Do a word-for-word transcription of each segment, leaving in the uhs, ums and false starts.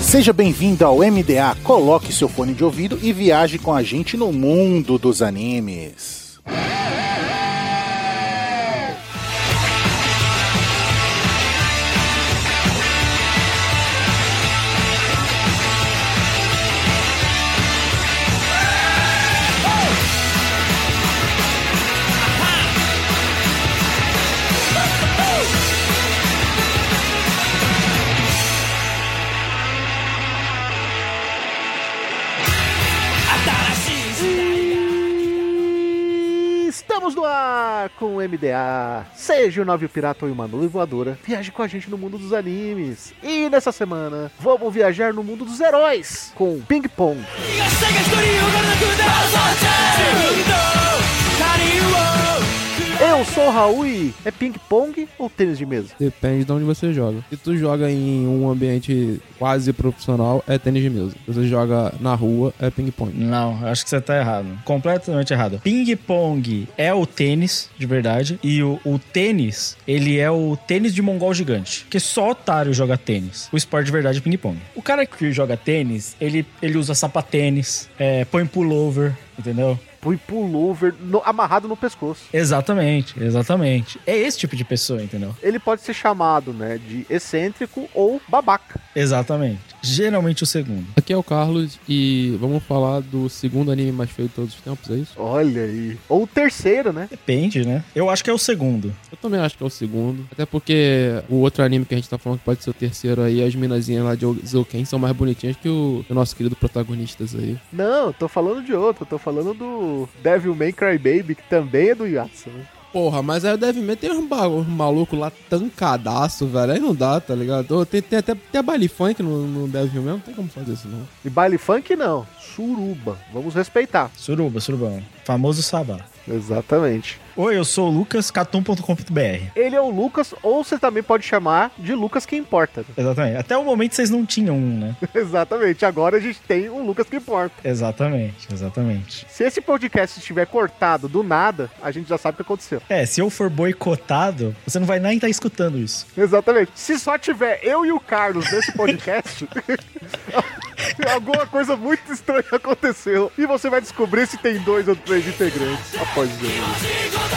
Seja bem-vindo ao M D A, coloque seu fone de ouvido e viaje com a gente no mundo dos animes. Estamos no ar com o M D A. Seja o navio pirata ou uma nuvem voadora, viaje com a gente no mundo dos animes. E nessa semana, vamos viajar no mundo dos heróis com Ping Pong. Eu sou o Raul e é ping-pong ou tênis de mesa? Depende de onde você joga. Se tu joga em um ambiente quase profissional, é tênis de mesa. Se você joga na rua, é ping-pong. Não, eu acho que você tá errado. Completamente errado. Ping-pong é o tênis, de verdade. E o, o tênis, ele é o tênis de mongol gigante. Porque só otário joga tênis. O esporte de verdade é ping-pong. O cara que joga tênis, ele, ele usa sapatênis, é, põe pullover, entendeu? Põe pullover no, amarrado no pescoço. Exatamente, exatamente. É esse tipo de pessoa, entendeu? Ele pode ser chamado, né, de excêntrico ou babaca. Exatamente. Geralmente o segundo. Aqui é o Carlos e vamos falar do segundo anime mais feio de todos os tempos, é isso? Olha aí. Ou o terceiro, né? Depende, né? Eu acho que é o segundo. Eu também acho que é o segundo. Até porque o outro anime que a gente tá falando que pode ser o terceiro aí, as minazinhas lá de Zouken são mais bonitinhas que o, que o nosso querido protagonistas aí. Não, eu tô falando de outro. Eu tô falando do Devilman Crybaby, que também é do Yatsu, né? Porra, mas aí o Devilman tem uns um malucos lá tancadaço, velho. Aí não dá, tá ligado? Tem, tem até tem a baile funk no, no Devilman, não tem como fazer isso, não. E baile funk não, suruba. Vamos respeitar. Suruba, surubão. Famoso sabá. Exatamente. Oi, eu sou o Lucas, catum ponto com ponto b r. Ele é o Lucas, ou você também pode chamar de Lucas que importa. Exatamente. Até o momento vocês não tinham um, né? Exatamente. Agora a gente tem um Lucas que importa. Exatamente, exatamente. Se esse podcast estiver cortado do nada, a gente já sabe o que aconteceu. É, se eu for boicotado, você não vai nem estar escutando isso. Exatamente. Se só tiver eu e o Carlos nesse podcast, alguma coisa muito estranha aconteceu. E você vai descobrir se tem dois ou três integrantes após o jogo.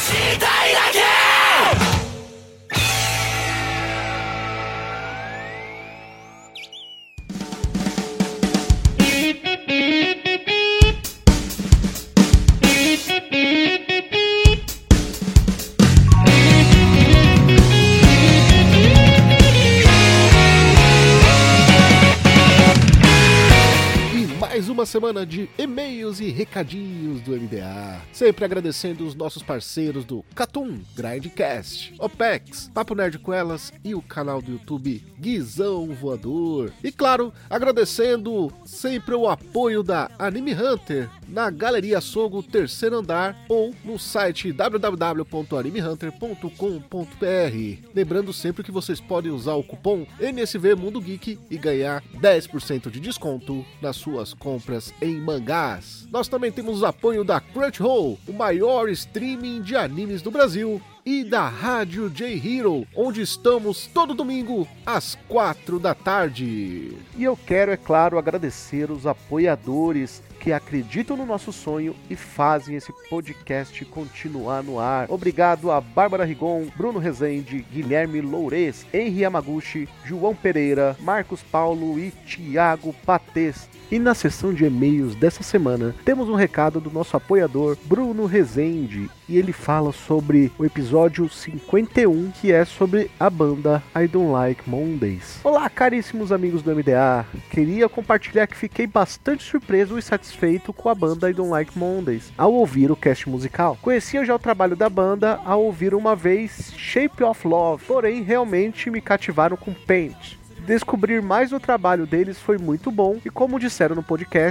Mais uma semana de e-mails e recadinhos do M D A. Sempre agradecendo os nossos parceiros do Catum, Grindcast, Opex, Papo Nerd com Elas e o canal do YouTube Guizão Voador. E claro, agradecendo sempre o apoio da Anime Hunter na Galeria Sogo Terceiro Andar ou no site w w w ponto anime hunter ponto com ponto b r. Lembrando sempre que vocês podem usar o cupom N S V Mundo Geek e ganhar dez por cento de desconto nas suas compras em mangás. Nós também temos o apoio da Crunchyroll, o maior streaming de animes do Brasil, e da Rádio J-Hero, onde estamos todo domingo às quatro da tarde. E eu quero, é claro, agradecer os apoiadores que acreditam no nosso sonho e fazem esse podcast continuar no ar. Obrigado a Bárbara Rigon, Bruno Rezende, Guilherme Loures, Henri Yamaguchi, João Pereira, Marcos Paulo e Thiago Patês. E na sessão de e-mails dessa semana, temos um recado do nosso apoiador, Bruno Rezende, e ele fala sobre o episódio cinquenta e um, que é sobre a banda I Don't Like Mondays. Olá, caríssimos amigos do M D A, queria compartilhar que fiquei bastante surpreso e satisfeito com a banda I Don't Like Mondays ao ouvir o cast musical. Conhecia já o trabalho da banda ao ouvir uma vez Shape of Love, porém realmente me cativaram com Paint. Descobrir mais o trabalho deles foi muito bom e, como disseram no podcast,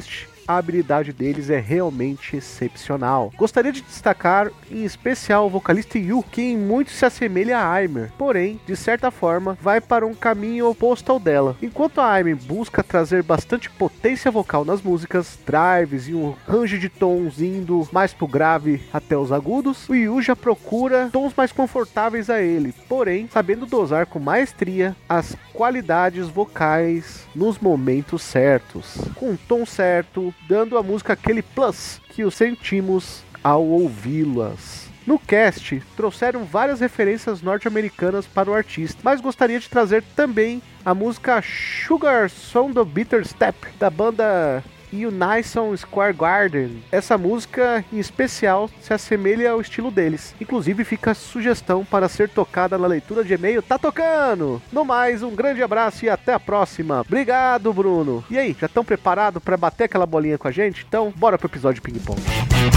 a habilidade deles é realmente excepcional. Gostaria de destacar em especial o vocalista Yu, que em muito se assemelha a Aimer, porém, de certa forma, vai para um caminho oposto ao dela. Enquanto a Aimer busca trazer bastante potência vocal nas músicas, drives e um range de tons indo mais pro grave até os agudos, o Yu já procura tons mais confortáveis a ele, porém, sabendo dosar com maestria as qualidades vocais nos momentos certos, com o tom certo, dando à música aquele plus que o sentimos ao ouvi-las. No cast, trouxeram várias referências norte-americanas para o artista, mas gostaria de trazer também a música Sugar Sound of Bitter Step, da banda Unison Square Garden. Essa música em especial se assemelha ao estilo deles. Inclusive fica a sugestão para ser tocada na leitura de e-mail. Tá tocando! No mais, um grande abraço e até a próxima. Obrigado, Bruno. E aí, já estão preparados para bater aquela bolinha com a gente? Então, bora pro episódio de Ping Pong.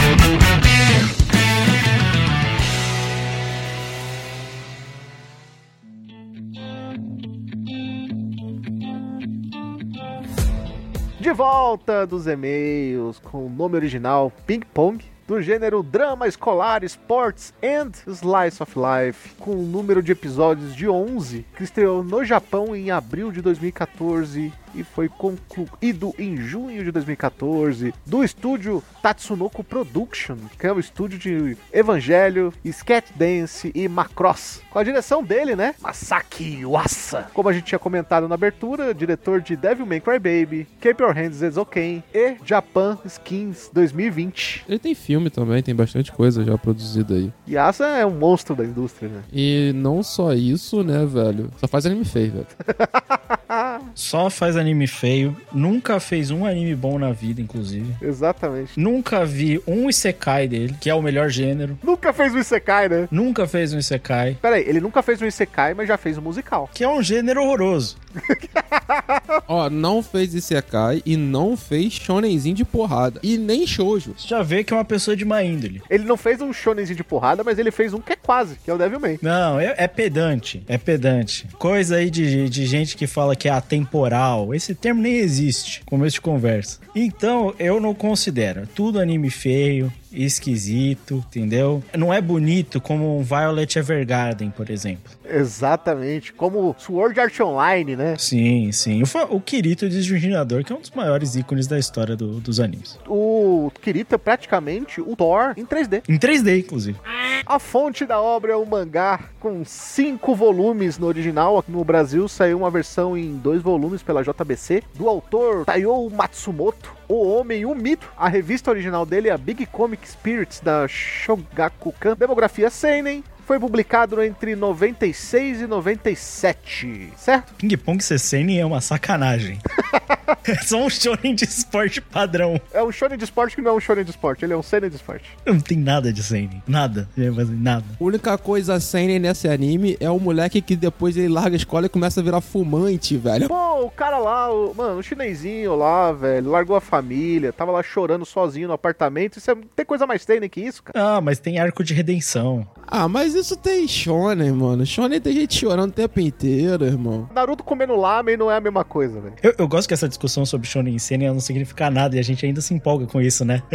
De volta dos e-mails com o nome original Ping Pong, do gênero Drama Escolar, Sports and Slice of Life, com um número de episódios de onze, que estreou no Japão em abril de dois mil e quatorze e foi concluído em junho de dois mil e quatorze, do estúdio Tatsunoko Production, que é o estúdio de Evangelho, Sketch Dance e Macross, com a direção dele, né? Masaki Yuasa. Como a gente tinha comentado na abertura, diretor de Devil May Cry Baby, Keep Your Hands Eizouken e Japan Skins dois mil e vinte. Ele tem filme também, tem bastante coisa já produzida aí. Yuasa é um monstro da indústria, né? E não só isso, né, velho? Só faz anime feio, velho. Só faz anime feio. Nunca fez um anime bom na vida, inclusive. Exatamente. Nunca vi um isekai dele, que é o melhor gênero. Nunca fez um isekai, né? Nunca fez um isekai. Peraí, ele nunca fez um isekai, mas já fez um musical. Que é um gênero horroroso. Ó, não fez isekai e não fez shonenzinho de porrada. E nem shoujo. Você já vê que é uma pessoa de má índole. Ele não fez um shonenzinho de porrada, mas ele fez um que é quase, que é o Devil May. Não, é, é pedante. É pedante. Coisa aí de, de gente que fala que é atemporal. Esse termo nem existe. Começo de conversa. Então, eu não considero. Tudo anime feio, esquisito, entendeu? Não é bonito como um Violet Evergarden, por exemplo. Exatamente, como Sword Art Online, né? Sim, sim. O, o Kirito Desjunginador, que é um dos maiores ícones da história do, dos animes. O Kirito é praticamente o Thor em três D. Em três D, inclusive. A fonte da obra é um mangá com cinco volumes no original. No Brasil saiu uma versão em dois volumes pela J B C, do autor Taiyo Matsumoto, O Homem e o Mito. A revista original dele é a Big Comic Spirits, da Shogakukan. Demografia seinen. Foi publicado entre noventa e seis e noventa e sete, certo? Ping Pong Seinen é uma sacanagem. É só um shonen de esporte padrão. É um shonen de esporte que não é um shonen de esporte, ele é um seinen de esporte. Não tem nada de seinen, nada, nada. A única coisa seinen nesse anime é o moleque que depois ele larga a escola e começa a virar fumante, velho. Pô, o cara lá, o, mano, o chinesinho lá, velho, largou a família, tava lá chorando sozinho no apartamento. Isso é, tem coisa mais seinen que isso, cara? Ah, mas tem arco de redenção. Ah, mas isso tem shonen, mano. Shonen tem gente chorando o tempo inteiro, irmão. Naruto comendo lamen não é a mesma coisa, velho. Eu, eu gosto que essa discussão sobre shonen e seinen não significa nada e a gente ainda se empolga com isso, né?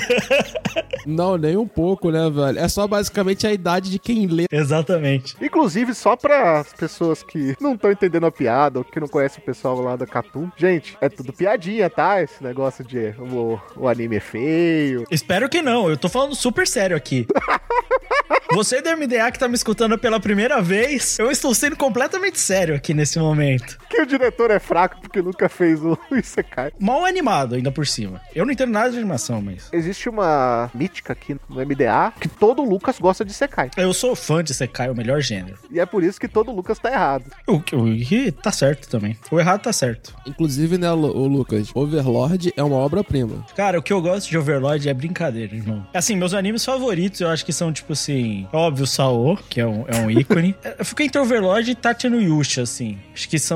Não, nem um pouco, né, velho? É só basicamente a idade de quem lê. Exatamente. Inclusive, só para as pessoas que não estão entendendo a piada ou que não conhecem o pessoal lá da Catum. Gente, é tudo piadinha, tá? Esse negócio de o, o anime é feio. Espero que não. Eu tô falando super sério aqui. Você do M D A que tá me escutando pela primeira vez, eu estou sendo completamente sério aqui nesse momento. Que o diretor é fraco porque nunca fez o Isekai. Mal animado, ainda por cima. Eu não entendo nada de animação, mas... Existe uma mítica aqui no M D A que todo Lucas gosta de Isekai. Eu sou fã de Isekai, o melhor gênero. E é por isso que todo Lucas tá errado. O que tá certo também. O errado tá certo. Inclusive, né, o Lucas, Overlord é uma obra-prima. Cara, o que eu gosto de Overlord é brincadeira, irmão. Assim, meus animes favoritos eu acho que são, tipo assim... Óbvio, Sao, que é um, é um ícone. Eu fico entre Overlord e Tateno Yusha, assim. Acho que são...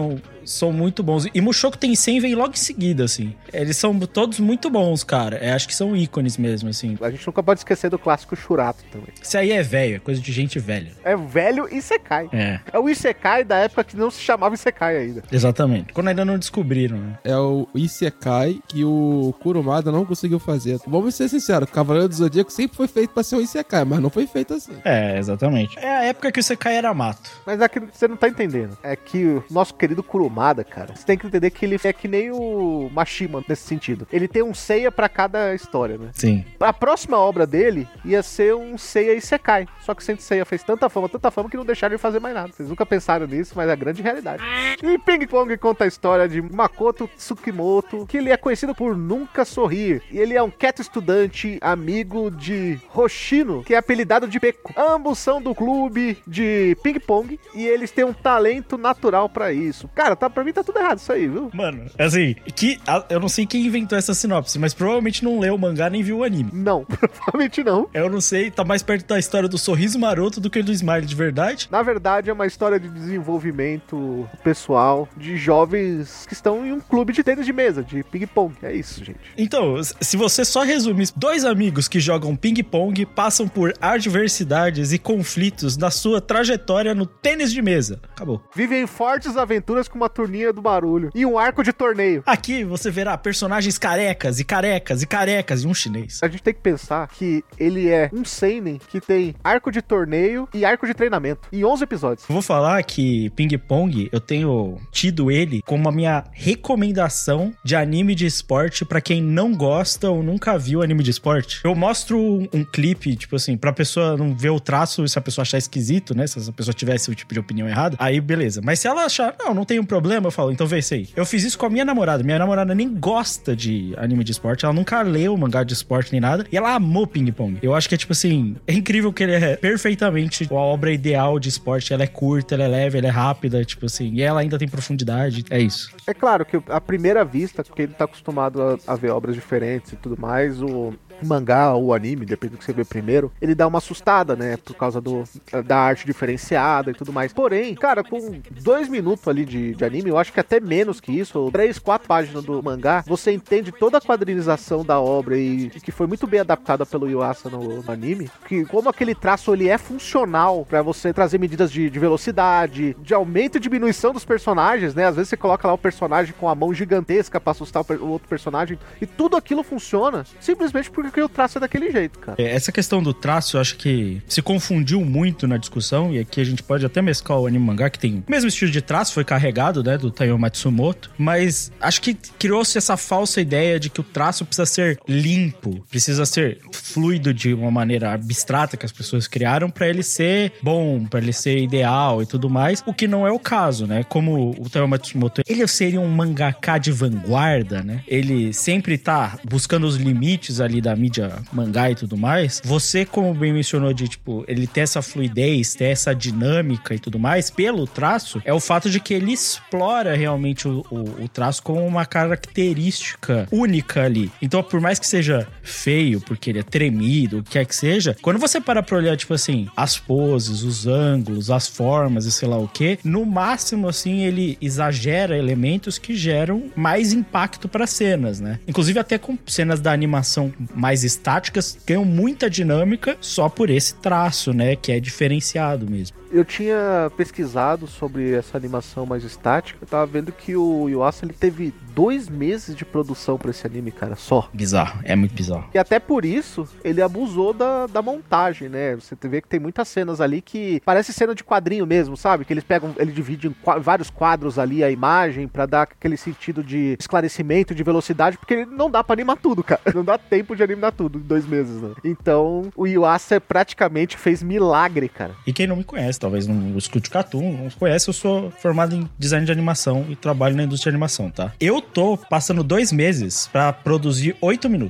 são muito bons. E Mushoku Tensei vem logo em seguida, assim. Eles são todos muito bons, cara. É, acho que são ícones mesmo, assim. A gente nunca pode esquecer do clássico Shurato também. Isso aí é velho, é coisa de gente velha. É velho Isekai. É. É o Isekai da época que não se chamava Isekai ainda. Exatamente. Quando ainda não descobriram, né? É o Isekai que o Kurumada não conseguiu fazer. Vamos ser sinceros, o Cavaleiro do Zodíaco sempre foi feito pra ser um Isekai, mas não foi feito assim. É, exatamente. É a época que o Isekai era mato. Mas é que você não tá entendendo. É que o nosso querido Kurumada, cara, você tem que entender que ele é que nem o Mashima nesse sentido. Ele tem um Seiya pra cada história, né? Sim. A próxima obra dele ia ser um Seiya Isekai. Só que o Saint Seiya fez tanta fama, tanta fama que não deixaram ele fazer mais nada. Vocês nunca pensaram nisso, mas é a grande realidade. E Ping Pong conta a história de Makoto Tsukimoto, que ele é conhecido por nunca sorrir. E ele é um quieto estudante, amigo de Hoshino, que é apelidado de Peko. Ambos são do clube de Ping Pong e eles têm um talento natural pra isso. Cara, tá, pra mim tá tudo errado isso aí, viu? Mano, assim, que, a, eu não sei quem inventou essa sinopse, mas provavelmente não leu o mangá nem viu o anime. Não, provavelmente não. Eu não sei, tá mais perto da história do Sorriso Maroto do que do Smile de verdade. Na verdade, é uma história de desenvolvimento pessoal de jovens que estão em um clube de tênis de mesa, de ping-pong. É isso, gente. Então, se você só resumir, dois amigos que jogam ping-pong passam por adversidades e conflitos na sua trajetória no tênis de mesa. Acabou. Vivem fortes aventuras com uma turninha do barulho e um arco de torneio. Aqui você verá personagens carecas e carecas e carecas e um chinês. A gente tem que pensar que ele é um seinen que tem arco de torneio e arco de treinamento em onze episódios. Eu vou falar que Ping Pong, eu tenho tido ele como a minha recomendação de anime de esporte pra quem não gosta ou nunca viu anime de esporte. Eu mostro um, um clipe, tipo assim, pra pessoa não ver o traço e se a pessoa achar esquisito, né? Se a pessoa tivesse o tipo de opinião errada, aí beleza. Mas se ela achar, não, não tem um problema, eu falo, então vê isso aí. Eu fiz isso com a minha namorada. Minha namorada nem gosta de anime de esporte, ela nunca leu mangá de esporte nem nada, e ela amou Ping Pong. Eu acho que é tipo assim, é incrível que ele é perfeitamente a obra ideal de esporte. Ela é curta, ela é leve, ela é rápida, tipo assim, e ela ainda tem profundidade. É isso. É claro que à primeira vista, porque ele tá acostumado a, a ver obras diferentes e tudo mais, o mangá ou anime, depende do que você vê primeiro, ele dá uma assustada, né, por causa do, da arte diferenciada e tudo mais. Porém, cara, com dois minutos ali de, de anime, eu acho que até menos que isso, ou três, quatro páginas do mangá, você entende toda a quadrinização da obra e que foi muito bem adaptada pelo Yuasa no, no anime, que como aquele traço ele é funcional pra você trazer medidas de, de velocidade, de aumento e diminuição dos personagens, né, às vezes você coloca lá o personagem com a mão gigantesca pra assustar o, o outro personagem, e tudo aquilo funciona, simplesmente porque porque o traço é daquele jeito, cara. Essa questão do traço, eu acho que se confundiu muito na discussão, e aqui a gente pode até mesclar o anime mangá, que tem o mesmo estilo de traço, foi carregado, né, do Taiyo Matsumoto, mas acho que criou-se essa falsa ideia de que o traço precisa ser limpo, precisa ser fluido de uma maneira abstrata que as pessoas criaram pra ele ser bom, pra ele ser ideal e tudo mais, o que não é o caso, né? Como o Taiyo Matsumoto, ele seria um mangaka de vanguarda, né? Ele sempre tá buscando os limites ali da mídia mangá e tudo mais, você, como bem mencionou, de, tipo, ele ter essa fluidez, ter essa dinâmica e tudo mais, pelo traço, é o fato de que ele explora realmente o, o, o traço como uma característica única ali. Então, por mais que seja feio, porque ele é tremido, o que quer que seja, quando você para pra olhar, tipo assim, as poses, os ângulos, as formas e sei lá o que, no máximo, assim, ele exagera elementos que geram mais impacto para cenas, né? Inclusive até com cenas da animação mais estáticas, ganham muita dinâmica só por esse traço, né? Que é diferenciado mesmo. Eu tinha pesquisado sobre essa animação mais estática. Eu tava vendo que o Yuasa, ele teve dois meses de produção pra esse anime, cara, só. Bizarro, é muito bizarro. E até por isso, ele abusou da, da montagem, né? Você vê que tem muitas cenas ali que parece cena de quadrinho mesmo, sabe? Que eles pegam, ele divide em qu- vários quadros ali a imagem pra dar aquele sentido de esclarecimento, de velocidade, porque não dá pra animar tudo, cara. Não dá tempo de animar tudo em dois meses, né? Então, o Yuasa praticamente fez milagre, cara. E quem não me conhece, talvez não escute o Cartoon, não conhece, eu sou formado em design de animação e trabalho na indústria de animação, tá? Eu tô passando dois meses pra produzir oito minutos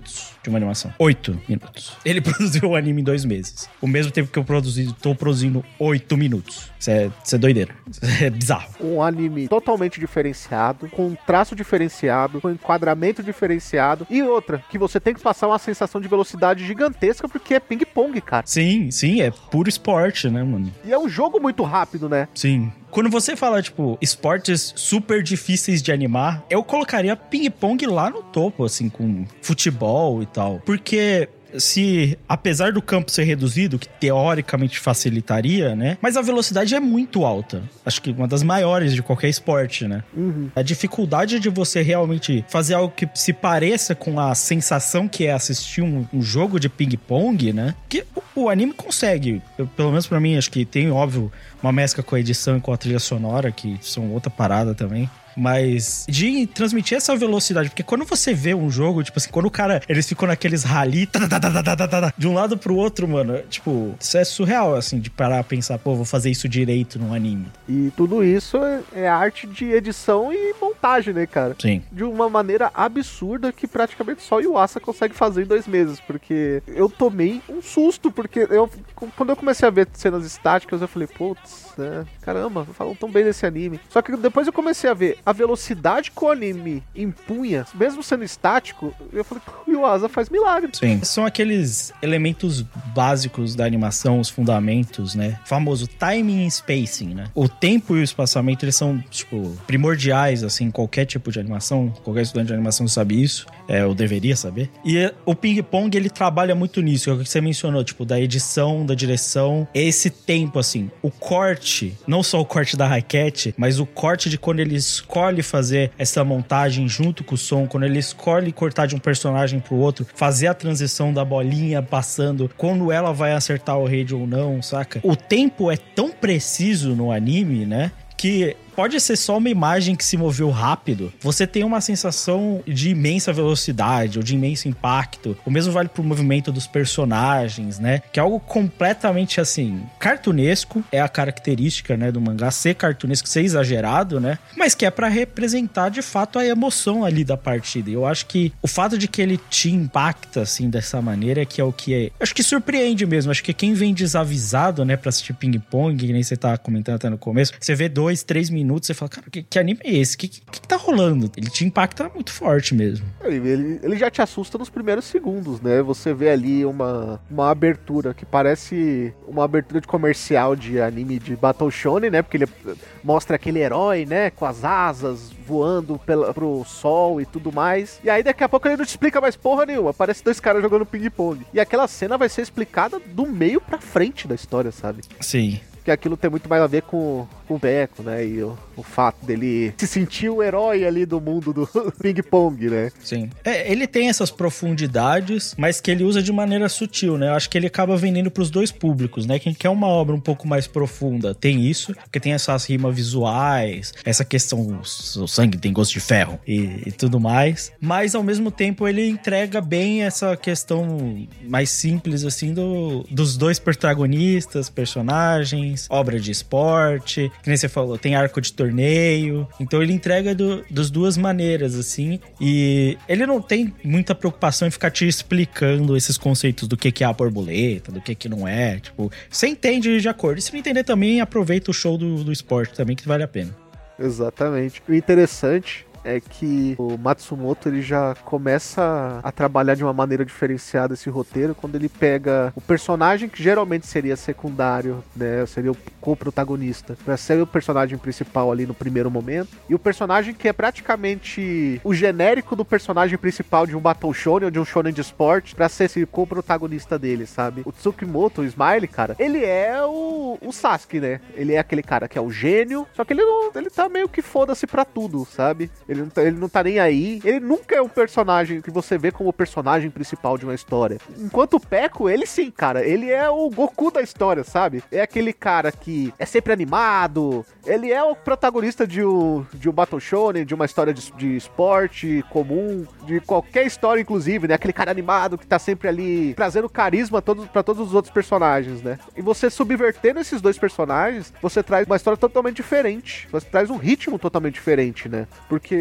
de uma animação. Oito minutos. Ele produziu o anime em dois meses. O mesmo tempo que eu produzi, tô produzindo oito minutos. Isso é, isso é doideira. Isso é bizarro. Um anime totalmente diferenciado, com um traço diferenciado, com um enquadramento diferenciado. E outra, que você tem que passar uma sensação de velocidade gigantesca, porque é ping-pong, cara. Sim, sim, é puro esporte, né, mano? E é um jogo muito rápido, né? Sim. Quando você fala, tipo, esportes super difíceis de animar, eu colocaria ping-pong lá no topo, assim, com futebol e tal. Porque se, apesar do campo ser reduzido, que teoricamente facilitaria, né? Mas a velocidade é muito alta. Acho que uma das maiores de qualquer esporte, né? Uhum. A dificuldade de você realmente fazer algo que se pareça com a sensação que é assistir um, um jogo de ping-pong, né? Que o, o anime consegue. Eu, pelo menos pra mim, acho que tem, óbvio, uma mescla com a edição e com a trilha sonora, que são outra parada também. Mas de transmitir essa velocidade, porque quando você vê um jogo, tipo assim, quando o cara, eles ficam naqueles rally, de um lado pro outro, mano, tipo, isso é surreal, assim, de parar a pensar, pô, vou fazer isso direito num anime. E tudo isso é, é arte de edição e montagem, né, cara? Sim. De uma maneira absurda que praticamente só o Yuasa consegue fazer em dois meses, porque eu tomei um susto, porque eu, quando eu comecei a ver cenas estáticas, eu falei, putz, né, caramba, falam tão bem desse anime. Só que depois eu comecei a ver a velocidade que o anime impunha, mesmo sendo estático, eu falei, o Yuasa faz milagre. Sim. São aqueles elementos básicos da animação, os fundamentos, né? O famoso timing e spacing, né? O tempo e o espaçamento, eles são, tipo, primordiais, assim, em qualquer tipo de animação. Qualquer estudante de animação sabe isso. É, eu deveria saber. E o ping-pong, ele trabalha muito nisso, é o que você mencionou, tipo, da edição, da direção. Esse tempo, assim, o corte, não só o corte da raquete, mas o corte de quando ele escolhe fazer essa montagem junto com o som, quando ele escolhe cortar de um personagem pro outro, fazer a transição da bolinha passando, quando ela vai acertar o rede ou não, saca? O tempo é tão preciso no anime, né? Que pode ser só uma imagem que se moveu rápido, você tem uma sensação de imensa velocidade ou de imenso impacto. O mesmo vale pro movimento dos personagens, né? Que é algo completamente, assim, cartunesco. É a característica, né, do mangá, ser cartunesco, ser exagerado, né? Mas que é pra representar, de fato, a emoção ali da partida. E eu acho que o fato de que ele te impacta, assim, dessa maneira, é que é o que é... Acho que surpreende mesmo. Acho que quem vem desavisado, né, pra assistir ping-pong, que nem você tá comentando até no começo, você vê dois, três minutos, você fala, cara, que, que anime é esse? O que, que, que tá rolando? Ele te impacta muito forte mesmo. Ele, ele, ele já te assusta nos primeiros segundos, né? Você vê ali uma, uma abertura que parece uma abertura de comercial de anime de Battle Shonen, né? Porque ele mostra aquele herói, né? Com as asas voando pela, pro sol e tudo mais. E aí daqui a pouco ele não te explica mais porra nenhuma. Aparece dois caras jogando ping-pong. E aquela cena vai ser explicada do meio pra frente da história, sabe? Sim. Que aquilo tem muito mais a ver com, com o Beco, né? E o, o fato dele se sentir o herói ali do mundo do ping-pong, né? Sim. É, ele tem essas profundidades, mas que ele usa de maneira sutil, né? Eu acho que ele acaba vendendo pros dois públicos, né? Quem quer uma obra um pouco mais profunda tem isso, porque tem essas rimas visuais, essa questão, o, o sangue tem gosto de ferro e, e tudo mais. Mas, ao mesmo tempo, ele entrega bem essa questão mais simples, assim, do, dos dois protagonistas, personagens, obra de esporte, que nem você falou, tem arco de torneio, então ele entrega do, das duas maneiras, assim, e ele não tem muita preocupação em ficar te explicando esses conceitos do que, que é a borboleta, do que, que não é, tipo, você entende de acordo, e se não entender também, aproveita o show do, do esporte também, que vale a pena. Exatamente. O interessante é que o Matsumoto, ele já começa a trabalhar de uma maneira diferenciada esse roteiro quando ele pega o personagem que geralmente seria secundário, né, seria o co-protagonista, pra ser o personagem principal ali no primeiro momento, e o personagem que é praticamente o genérico do personagem principal de um Battle Shonen ou de um Shonen de esporte, pra ser esse co-protagonista dele, sabe? O Tsukimoto, o Smiley, cara, ele é o, o Sasuke, né? Ele é aquele cara que é o gênio, só que ele não, ele tá meio que foda-se pra tudo, sabe? Ele não, tá, ele não tá nem aí. Ele nunca é um personagem que você vê como o personagem principal de uma história. Enquanto o Peko, ele sim, cara. Ele é o Goku da história, sabe? É aquele cara que é sempre animado. Ele é o protagonista de um, de um Battle Shonen, de uma história de, de esporte comum, de qualquer história, inclusive, né? Aquele cara animado que tá sempre ali trazendo carisma todos, pra todos os outros personagens, né? E você subvertendo esses dois personagens, você traz uma história totalmente diferente. Você traz um ritmo totalmente diferente, né? Porque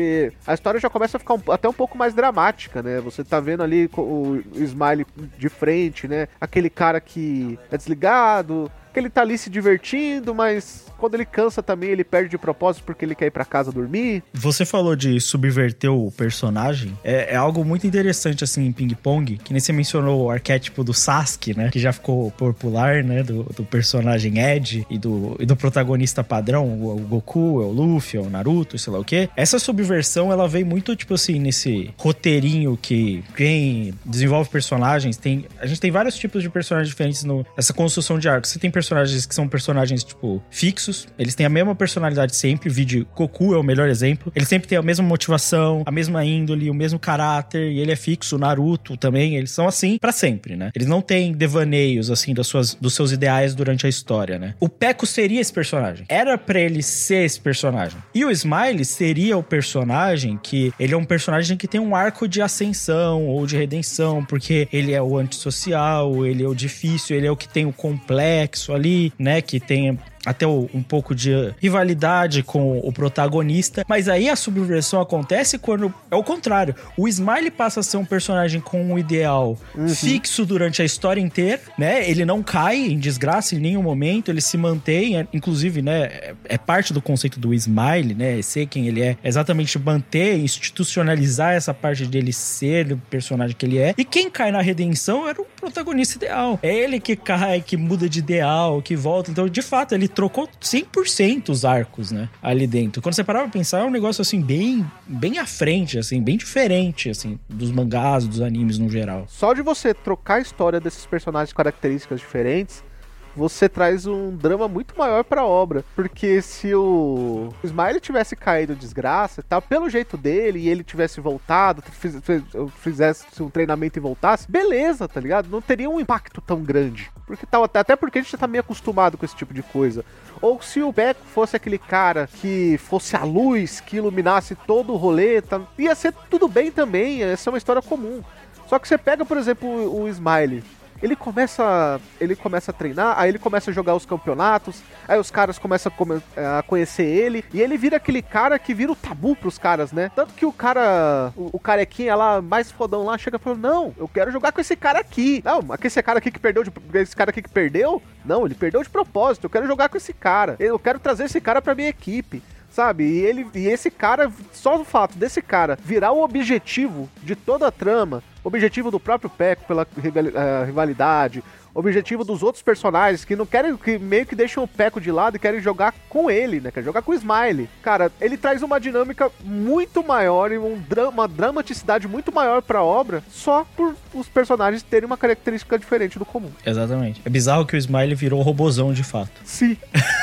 porque a história já começa a ficar um, até um pouco mais dramática, né? Você tá vendo ali o, o Smiley de frente, né? Aquele cara que é desligado, que ele tá ali se divertindo, mas quando ele cansa também, ele perde de propósito porque ele quer ir pra casa dormir. Você falou de subverter o personagem. É, é algo muito interessante, assim, em Ping Pong, que nem você mencionou o arquétipo do Sasuke, né? Que já ficou popular, né? Do, do personagem Ed e do, e do protagonista padrão, o, o Goku, é o Luffy, é o Naruto, sei lá o quê. Essa subversão, ela veio muito, tipo assim, nesse roteirinho que quem desenvolve personagens tem... A gente tem vários tipos de personagens diferentes no, nessa construção de arco. Você tem personagens que são personagens, tipo, fixos. Eles têm a mesma personalidade sempre. O vídeo Goku é o melhor exemplo. Ele sempre tem a mesma motivação, a mesma índole, o mesmo caráter. E ele é fixo. O Naruto também. Eles são assim pra sempre, né? Eles não têm devaneios, assim, das suas, dos seus ideais durante a história, né? O Pecco seria esse personagem. Era pra ele ser esse personagem. E o Smiley seria o personagem que... Ele é um personagem que tem um arco de ascensão ou de redenção, porque ele é o antissocial, ele é o difícil, ele é o que tem o complexo ali, né? Que tem até um pouco de rivalidade com o protagonista. Mas aí a subversão acontece quando é o contrário. O Smiley passa a ser um personagem com um ideal uhum. fixo durante a história inteira, né? Ele não cai em desgraça em nenhum momento, ele se mantém, é, inclusive, né? É, é parte do conceito do Smiley, né? Ser quem ele é, exatamente manter, institucionalizar essa parte dele ser o personagem que ele é. E quem cai na redenção era o protagonista ideal. É ele que cai, que muda de ideal, que volta. Então, de fato, ele trocou cem por cento os arcos, né, ali dentro. Quando você parar pra pensar, é um negócio, assim, bem, bem à frente, assim, bem diferente, assim, dos mangás, dos animes no geral. Só de você trocar a história desses personagens com características diferentes, você traz um drama muito maior pra obra. Porque se o Smiley tivesse caído de desgraça, tá, pelo jeito dele, e ele tivesse voltado, fiz, fiz, fizesse um treinamento e voltasse, beleza, tá ligado? Não teria um impacto tão grande. Porque tá, até porque a gente tá meio acostumado com esse tipo de coisa. Ou se o Pecco fosse aquele cara que fosse a luz, que iluminasse todo o rolê, tá, ia ser tudo bem também, ia ser uma história comum. Só que você pega, por exemplo, o, o Smiley. Ele começa, ele começa a treinar, aí ele começa a jogar os campeonatos, aí os caras começam a, come- a conhecer ele, e ele vira aquele cara que vira o tabu pros caras, né? Tanto que o cara, o, o carequinha lá, mais fodão lá, chega falando, não, eu quero jogar com esse cara aqui. Não, mas esse cara aqui que perdeu, de, esse cara aqui que perdeu, não, ele perdeu de propósito, eu quero jogar com esse cara, eu quero trazer esse cara pra minha equipe. Sabe, e, ele, e esse cara, só o fato desse cara virar o objetivo de toda a trama, objetivo do próprio Pecco pela rivalidade, objetivo dos outros personagens que não querem, que meio que deixam o Pecco de lado e querem jogar com ele, né? Querem jogar com o Smiley. Cara, ele traz uma dinâmica muito maior e um dra- uma dramaticidade muito maior pra obra só por os personagens terem uma característica diferente do comum. Exatamente. É bizarro que o Smiley virou robozão de fato. Sim.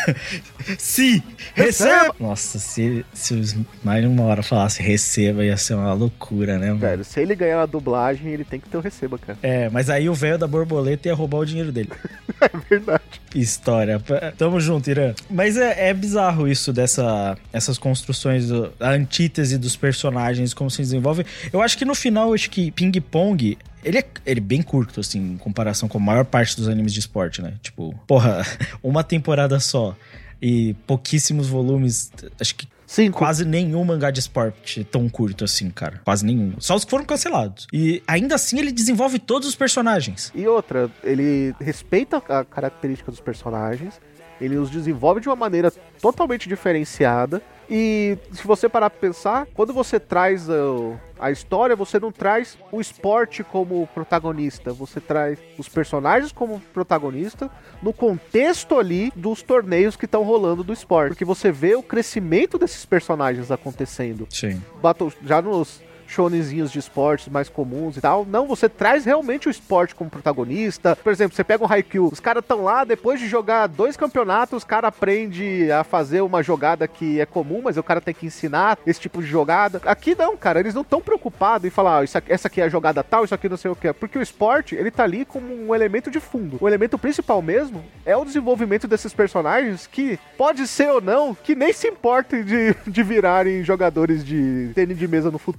Sim! Receba! Nossa, se, se o Smiley uma hora falasse receba, ia ser uma loucura, né, mano? Velho, se ele ganhar a dublagem, ele tem que ter o receba, cara. É, mas aí o velho da borboleta ia roubar o dinheiro dele. É verdade. História. Tamo junto, Irã. Mas é, é bizarro isso dessa, essas construções, do, a antítese dos personagens, como se desenvolve. Eu acho que no final, acho que Ping Pong... Ele é, ele é bem curto, assim, em comparação com a maior parte dos animes de esporte, né? Tipo, porra, uma temporada só e pouquíssimos volumes, acho que Cinco. Quase nenhum mangá de esporte tão curto assim, cara. Quase nenhum. Só os que foram cancelados. E ainda assim ele desenvolve todos os personagens. E outra, ele respeita a característica dos personagens, ele os desenvolve de uma maneira totalmente diferenciada. E se você parar pra pensar, quando você traz a, a história, você não traz o esporte como protagonista, você traz os personagens como protagonista no contexto ali dos torneios que estão rolando do esporte. Porque você vê o crescimento desses personagens acontecendo. Sim. Battle, já nos shonenzinhos de esportes mais comuns e tal. Não, você traz realmente o esporte como protagonista. Por exemplo, você pega um Haikyuu, os caras estão lá, depois de jogar dois campeonatos, os caras aprendem a fazer uma jogada que é comum, mas o cara tem que ensinar esse tipo de jogada. Aqui não, cara, eles não estão preocupados em falar, ah, isso aqui, essa aqui é a jogada tal, isso aqui não sei o que é. Porque o esporte, ele tá ali como um elemento de fundo. O elemento principal mesmo é o desenvolvimento desses personagens que, pode ser ou não, que nem se importem de, de virarem jogadores de tênis de mesa no futuro. Né?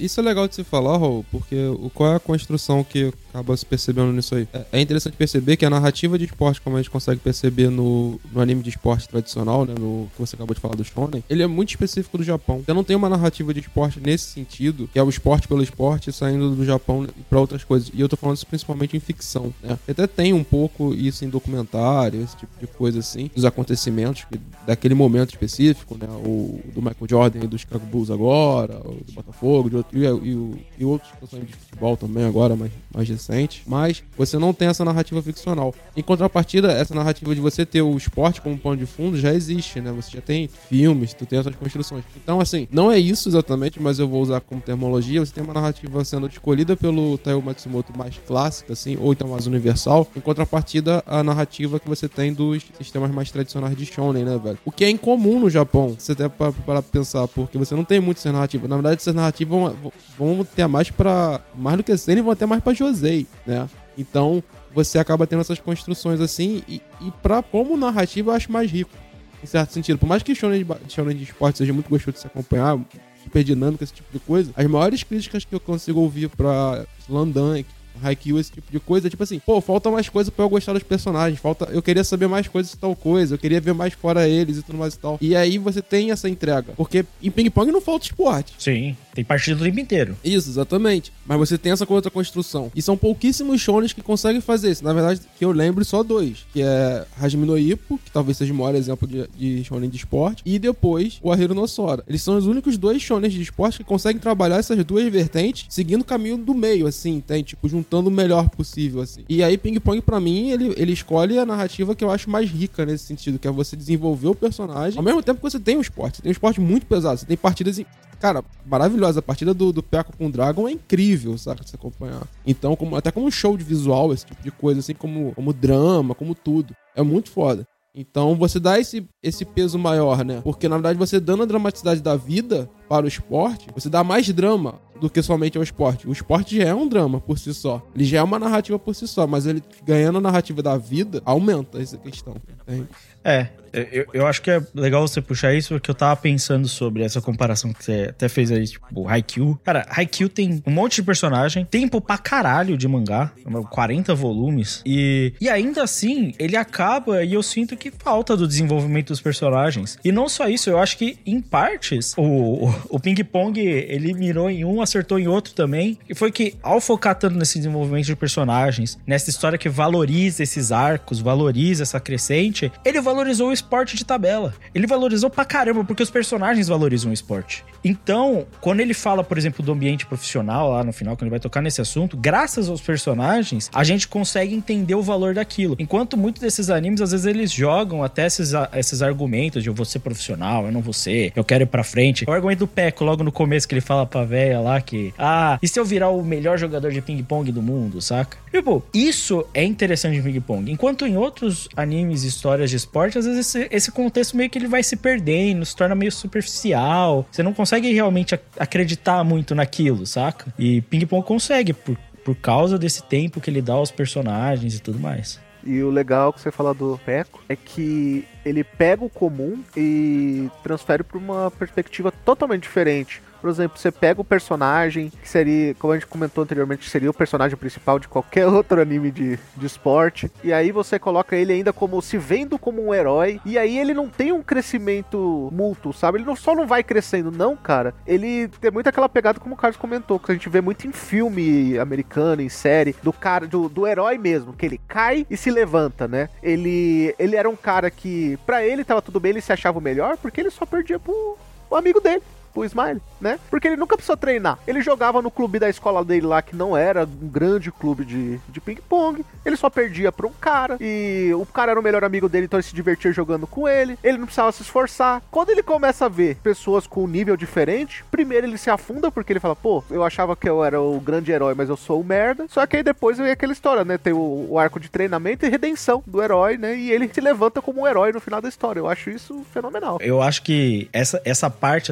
isso é legal de se falar, Raul, porque o, qual é a construção que acaba se percebendo nisso aí? É, é interessante perceber que a narrativa de esporte, como a gente consegue perceber no, no anime de esporte tradicional, né, no que você acabou de falar do Shonen, ele é muito específico do Japão. Você não tem uma narrativa de esporte nesse sentido, que é o esporte pelo esporte saindo do Japão pra outras coisas. E eu tô falando isso principalmente em ficção, né? Até tem um pouco isso em documentário, esse tipo de coisa assim, dos acontecimentos que, daquele momento específico, né? O do Michael Jordan e do Chicago Bulls agora, o do Botafogo, de outro, e, e, e outras situações de futebol também agora, mais, mais recentes. Mas você não tem essa narrativa ficcional. Em contrapartida, essa narrativa de você ter o esporte como pano de fundo já existe, né? Você já tem filmes, tu tem essas construções. Então, assim, não é isso exatamente, mas eu vou usar como terminologia. Você tem uma narrativa sendo escolhida pelo Taiyo Matsumoto mais clássica, assim, ou então mais universal. Em contrapartida, a narrativa que você tem dos sistemas mais tradicionais de shonen, né, velho? O que é incomum no Japão, você até para para pensar, porque você não tem muito essa narrativa. Na verdade, essas narrativas vão, vão ter mais pra... mais do que seinen, vão até mais pra Josei, né? Então, você acaba tendo essas construções assim, e, e pra como narrativa eu acho mais rico, em certo sentido. Por mais que shonen de, shonen de esporte seja muito gostoso de se acompanhar, super dinâmico, esse tipo de coisa, as maiores críticas que eu consigo ouvir pra Slandunk, Haikyuu, esse tipo de coisa, tipo assim, pô, falta mais coisa pra eu gostar dos personagens, falta, eu queria saber mais coisas de tal coisa, eu queria ver mais fora eles e tudo mais e tal. E aí você tem essa entrega, porque em ping-pong não falta esporte. Sim, tem partida do tempo inteiro. Isso, exatamente. Mas você tem essa outra construção. E são pouquíssimos shonens que conseguem fazer isso. Na verdade, que eu lembro, só dois, que é Hajime no Ippo, que talvez seja o maior exemplo de, de shonen de esporte, e depois o Ahiru no Sora. Eles são os únicos dois shonens de esporte que conseguem trabalhar essas duas vertentes seguindo o caminho do meio, assim, tem, tipo, juntando o melhor possível, assim. E aí, Ping Pong, pra mim, ele, ele escolhe a narrativa que eu acho mais rica nesse sentido, que é você desenvolver o personagem, ao mesmo tempo que você tem um esporte. Você tem um esporte muito pesado, você tem partidas, em... cara, maravilhosa. A partida do, do Peko com o Dragon é incrível, saca, de se acompanhar. Então, como, até como um show de visual, esse tipo de coisa, assim, como, como drama, como tudo. É muito foda. Então, você dá esse, esse peso maior, né? Porque, na verdade, você dando a dramaticidade da vida para o esporte, você dá mais drama do que somente ao esporte. O esporte já é um drama por si só. Ele já é uma narrativa por si só, mas ele ganhando a narrativa da vida, aumenta essa questão. Entende? É, eu, eu acho que é legal você puxar isso, porque eu tava pensando sobre essa comparação que você até fez aí, tipo, Haikyuu. Cara, Haikyuu tem um monte de personagem, tempo pra caralho de mangá, quarenta volumes, e, e ainda assim, ele acaba, e eu sinto que falta do desenvolvimento dos personagens. E não só isso, eu acho que, em partes, o, o, o Ping Pong, ele mirou em um, acertou em outro também, e foi que, ao focar tanto nesse desenvolvimento de personagens, nessa história que valoriza esses arcos, valoriza essa crescente, ele valorizou o esporte de tabela. Ele valorizou pra caramba, porque os personagens valorizam o esporte. Então, quando ele fala, por exemplo, do ambiente profissional, lá no final, quando ele vai tocar nesse assunto, graças aos personagens, a gente consegue entender o valor daquilo. Enquanto muitos desses animes, às vezes, eles jogam até esses, esses argumentos de eu vou ser profissional, eu não vou ser, eu quero ir pra frente. O argumento do Peko, logo no começo, que ele fala pra véia lá que, ah, e se eu virar o melhor jogador de ping-pong do mundo, saca? Tipo, isso é interessante em ping-pong. Enquanto em outros animes e histórias de esporte, às vezes esse, esse contexto meio que ele vai se perdendo, se torna meio superficial. Você não consegue realmente acreditar muito naquilo, saca? E ping-pong consegue, por, por causa desse tempo que ele dá aos personagens e tudo mais. E o legal que você fala do Peko é que ele pega o comum e transfere para uma perspectiva totalmente diferente. Por exemplo, você pega o personagem, que seria, como a gente comentou anteriormente, seria o personagem principal de qualquer outro anime de, de esporte, e aí você coloca ele ainda como, se vendo como um herói, e aí ele não tem um crescimento mútuo, sabe? Ele não, só não vai crescendo, não, cara. Ele tem muito aquela pegada, como o Carlos comentou, que a gente vê muito em filme americano, em série, do cara, do, do herói mesmo, que ele cai e se levanta, né? Ele, ele era um cara que, pra ele, tava tudo bem, ele se achava o melhor, porque ele só perdia pro, pro amigo dele. Pro Smile, né? Porque ele nunca precisou treinar. Ele jogava no clube da escola dele lá, que não era um grande clube de, de ping-pong. Ele só perdia pra um cara. E o cara era o melhor amigo dele, então ele se divertia jogando com ele. Ele não precisava se esforçar. Quando ele começa a ver pessoas com um nível diferente, primeiro ele se afunda, porque ele fala, pô, eu achava que eu era o grande herói, mas eu sou o merda. Só que aí depois vem aquela história, né? Tem o, o arco de treinamento e redenção do herói, né? E ele se levanta como um herói no final da história. Eu acho isso fenomenal. Eu acho que essa, essa parte, assim, dessa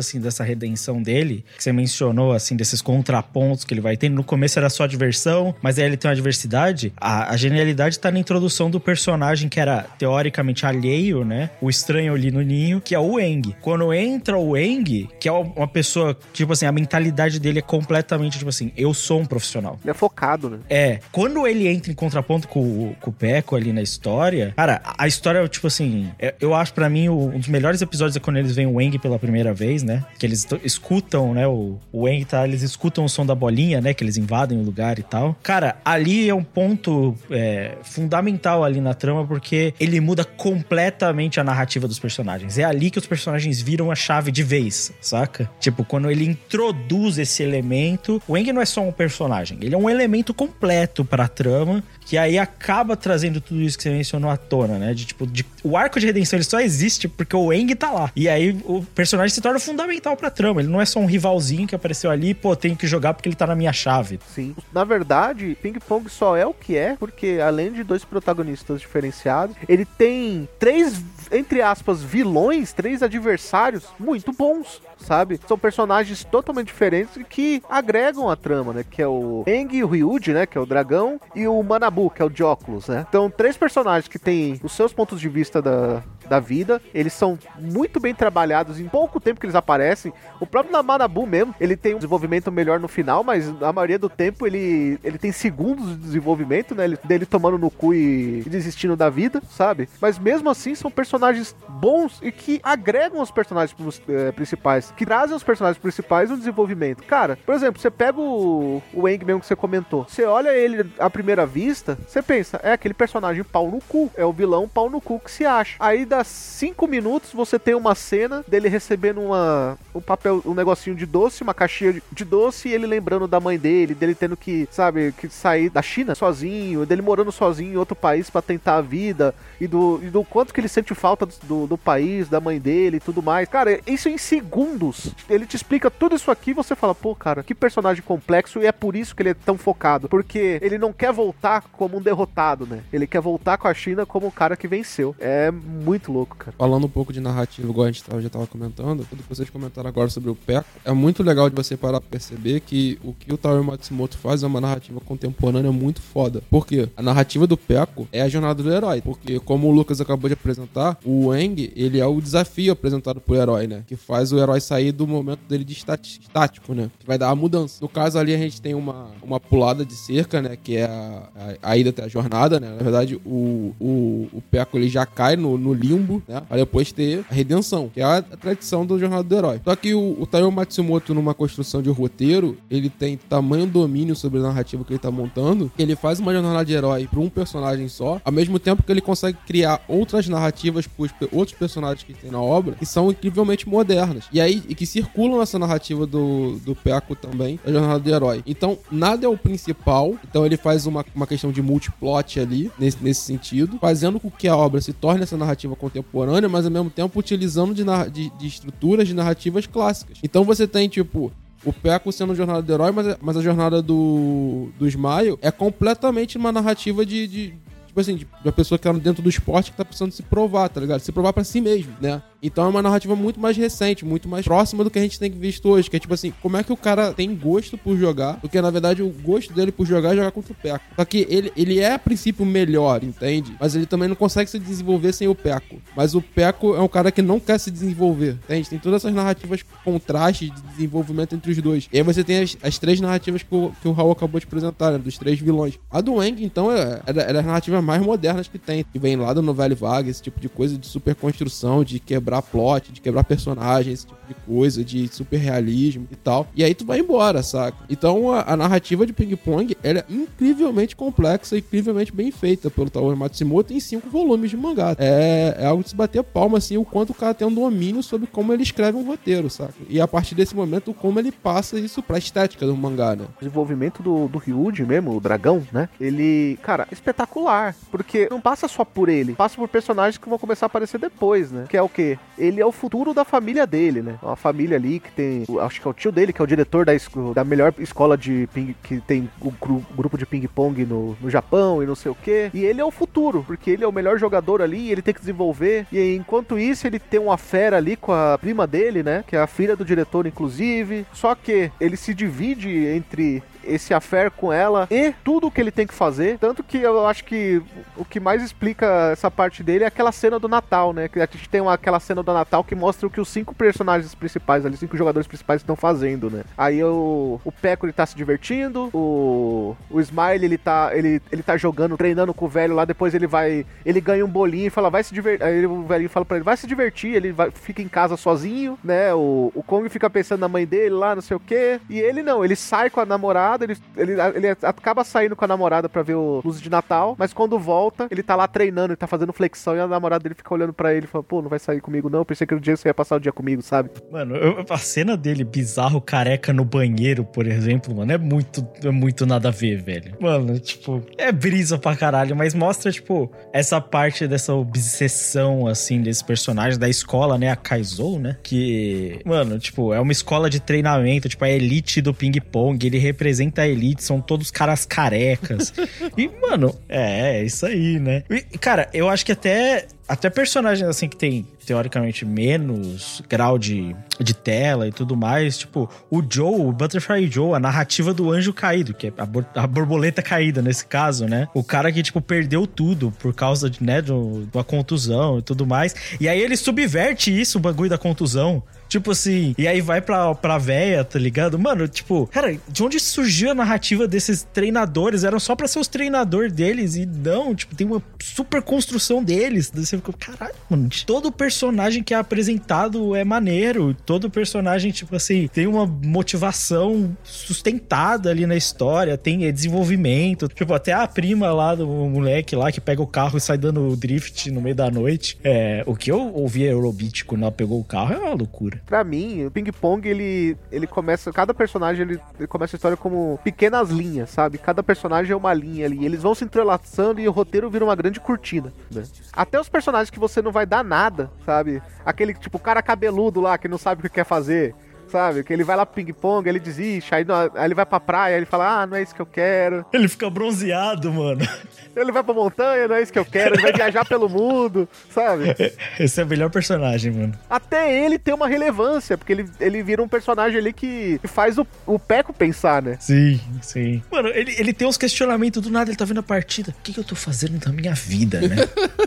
redenção dele, que você mencionou, assim, desses contrapontos que ele vai ter. No começo era só diversão, mas aí ele tem uma diversidade. A, a genialidade tá na introdução do personagem que era teoricamente alheio, né? O estranho ali no ninho, que é o Aang. Quando entra o Aang, que é uma pessoa, tipo assim, a mentalidade dele é completamente, tipo assim, eu sou um profissional. Ele é focado, né? É. Quando ele entra em contraponto com, com o Peko ali na história, cara, a história, tipo assim, eu acho pra mim um dos melhores episódios é quando eles veem o Aang pela primeira vez, né? Que eles t- escutam, né? O, o Aang tá, eles escutam o som da bolinha, né? Que eles invadem o lugar e tal. Cara, ali é um ponto é, fundamental ali na trama, porque ele muda completamente a narrativa dos personagens. É ali que os personagens viram a chave de vez, saca? Tipo, quando ele introduz esse elemento, o Aang não é só um personagem, ele é um elemento completo pra trama, que aí acaba trazendo tudo isso que você mencionou à tona, né? De, tipo, de, o arco de redenção ele só existe porque o Aang tá lá. E aí o personagem se torna fundamental pra trama. Ele não é só um rivalzinho que apareceu ali, pô, tenho que jogar porque ele tá na minha chave. Sim. Na verdade, Ping Pong só é o que é porque, além de dois protagonistas diferenciados, ele tem três, entre aspas, vilões, três adversários muito bons, sabe? São personagens totalmente diferentes que agregam a trama, né? Que é o Aang e o Ryuji, né? Que é o dragão, e o Manabu, que é o de óculos, né? Então, três personagens que têm os seus pontos de vista da, da vida. Eles são muito bem trabalhados em pouco tempo que eles aparecem. O próprio Manabu mesmo, ele tem um desenvolvimento melhor no final, mas a maioria do tempo ele, ele tem segundos de desenvolvimento, né? Ele, dele tomando no cu e, e desistindo da vida, sabe? Mas mesmo assim, são personagens bons e que agregam os personagens é, principais, que trazem os personagens principais no desenvolvimento. Cara, por exemplo, você pega o, o Aang mesmo que você comentou, você olha ele à primeira vista, você pensa, é aquele personagem pau no cu, é o vilão pau no cu que se acha. Aí dá cinco minutos, você tem uma cena dele recebendo uma, um papel, um negocinho de doce, uma caixinha de, de doce, e ele lembrando da mãe dele, dele tendo que, sabe, que sair da China sozinho, dele morando sozinho em outro país pra tentar a vida, e do, e do quanto que ele sente falta do, do, do país, da mãe dele e tudo mais. Cara, isso em segundos, ele te explica tudo isso aqui e você fala, pô, cara, que personagem complexo, e é por isso que ele é tão focado, porque ele não quer voltar como um derrotado, né? Ele quer voltar com a China como o cara que venceu. É muito louco, cara. Falando um pouco de narrativa, igual a gente já tava comentando, tudo que vocês comentaram agora sobre o Peko, é muito legal de você parar pra perceber que o que o Taro Matsumoto faz é uma narrativa contemporânea muito foda. Por quê? A narrativa do Peko é a jornada do herói. Porque, como o Lucas acabou de apresentar, o Aang, ele é o desafio apresentado pro herói, né? Que faz o herói sair do momento dele de estático, né? Que vai dar a mudança. No caso ali, a gente tem uma, uma pulada de cerca, né? Que é a, a, a ida até a jornada, né? Na verdade, o, o, o Peko, ele já cai no, no limbo, né? Pra depois ter a redenção, que é a, a tradição da jornada do herói. Só que o, o Taro Matsumoto, numa construção de roteiro, ele tem tamanho domínio sobre a narrativa que ele tá montando, que ele faz uma jornada de herói pra um personagem só, ao mesmo tempo que ele consegue criar outras narrativas pros outros personagens que tem na obra, que são incrivelmente modernas. E aí, e que circulam nessa narrativa do, do Peko também, a jornada do herói. Então, nada é o principal, então ele faz uma, uma questão de multiplot ali, nesse, nesse sentido, fazendo com que a obra se torne essa narrativa contemporânea, mas ao mesmo tempo utilizando de, de, de estruturas de narrativas clássicas. Então você tem, tipo, o Peko sendo a jornada do herói, mas, mas a jornada do, do Smile é completamente uma narrativa de... de tipo assim, de uma pessoa que tá dentro do esporte que tá precisando se provar, tá ligado? Se provar pra si mesmo, né? Então é uma narrativa muito mais recente, muito mais próxima do que a gente tem visto hoje, que é tipo assim, como é que o cara tem gosto por jogar, porque na verdade o gosto dele por jogar é jogar contra o Peko. Só que ele, ele é a princípio melhor, entende? Mas ele também não consegue se desenvolver sem o Peko. Mas o Peko é um cara que não quer se desenvolver, entende? Tem todas essas narrativas contrastes de desenvolvimento entre os dois. E aí você tem as, as três narrativas que o, que o Raul acabou de apresentar, né? Dos três vilões. A do Aang, então, é, é, é das narrativas mais modernas que tem, que vem lá do Novelle Vague, esse tipo de coisa de super construção, de quebrar plot, de quebrar personagens, esse tipo de coisa, de super realismo e tal. E aí tu vai embora, saca? Então a, a narrativa de Ping Pong, ela é incrivelmente complexa e incrivelmente bem feita pelo Taro Matsumoto em cinco volumes de mangá. É, é algo de se bater palma, assim, o quanto o cara tem um domínio sobre como ele escreve um roteiro, saca? E a partir desse momento, como ele passa isso pra estética do mangá, né? O desenvolvimento do, do Ryuji mesmo, o dragão, né? Ele, cara, espetacular. Porque não passa só por ele, passa por personagens que vão começar a aparecer depois, né? Que é o quê? ele é o futuro da família dele, né? Uma família ali que tem, acho que é o tio dele, que é o diretor da, esco, da melhor escola de ping, que tem o gru, grupo de ping-pong no, no Japão e não sei o quê. E ele é o futuro, porque ele é o melhor jogador ali, ele tem que desenvolver. E enquanto isso, ele tem uma fera ali com a prima dele, né? Que é a filha do diretor, inclusive. Só que ele se divide entre esse affair com ela e tudo o que ele tem que fazer. Tanto que eu acho que o que mais explica essa parte dele é aquela cena do Natal, né? Que a gente tem uma, aquela cena do Natal que mostra o que os cinco personagens principais ali, cinco jogadores principais estão fazendo, né? Aí o, o Peco, ele tá se divertindo, o, o Smile, ele tá, ele, ele tá jogando, treinando com o velho lá, depois ele vai, ele ganha um bolinho e fala, vai se divertir. Aí o velhinho fala pra ele, vai se divertir, ele vai, fica em casa sozinho, né? O, o Kong fica pensando na mãe dele lá, não sei o quê. E ele não, ele sai com a namorada, Ele, ele, ele acaba saindo com a namorada pra ver o Luz de Natal, mas quando volta, ele tá lá treinando, ele tá fazendo flexão e a namorada dele fica olhando pra ele e fala, pô, não vai sair comigo não, eu pensei que um dia você ia passar o dia comigo, sabe? Mano, eu, a cena dele bizarro, careca no banheiro, por exemplo, mano, é muito, é muito nada a ver, velho. Mano, tipo, é brisa pra caralho, mas mostra, tipo, essa parte dessa obsessão, assim, desse personagem da escola, né, a Kaizou, né, que, mano, tipo, é uma escola de treinamento, tipo, a elite do ping-pong, ele representa a elite, são todos caras carecas. E, mano, é, é isso aí, né? E, cara, eu acho que até, até personagens, assim, que tem, teoricamente, menos grau de, de tela e tudo mais, tipo, o Joe, o Butterfly Joe, a narrativa do anjo caído, que é a, bor- a borboleta caída, nesse caso, né? O cara que, tipo, perdeu tudo por causa, de, né, de uma contusão e tudo mais. E aí ele subverte isso, o bagulho da contusão. Tipo assim, e aí vai pra, pra véia, tá ligado? Mano, tipo, cara, de onde surgiu a narrativa desses treinadores? Eram só pra ser os treinadores deles e não, tipo, tem uma super construção deles. Você fica, caralho, mano, todo personagem que é apresentado é maneiro. Todo personagem, tipo assim, tem uma motivação sustentada ali na história, tem desenvolvimento. Tipo, até a prima lá do moleque lá que pega o carro e sai dando drift no meio da noite. É, o que eu ouvi Eurobeat quando ela pegou o carro é uma loucura. Pra mim, o Ping Pong, ele, ele começa... Cada personagem, ele, ele começa a história como pequenas linhas, sabe? Cada personagem é uma linha ali. Eles vão se entrelaçando e o roteiro vira uma grande cortina, né? Até os personagens que você não vai dar nada, sabe? Aquele, tipo, cara cabeludo lá, que não sabe o que quer fazer, sabe? Que ele vai lá pro ping-pong, ele desiste, aí, não, aí ele vai pra praia, ele fala, ah, não é isso que eu quero. Ele fica bronzeado, mano. Ele vai pra montanha, não é isso que eu quero, ele vai viajar pelo mundo, sabe? Esse é o melhor personagem, mano. Até ele tem uma relevância, porque ele, ele vira um personagem ali que faz o, o Peco pensar, né? Sim, sim. Mano, ele, ele tem uns questionamentos do nada, ele tá vendo a partida. O que, que eu tô fazendo da minha vida, né?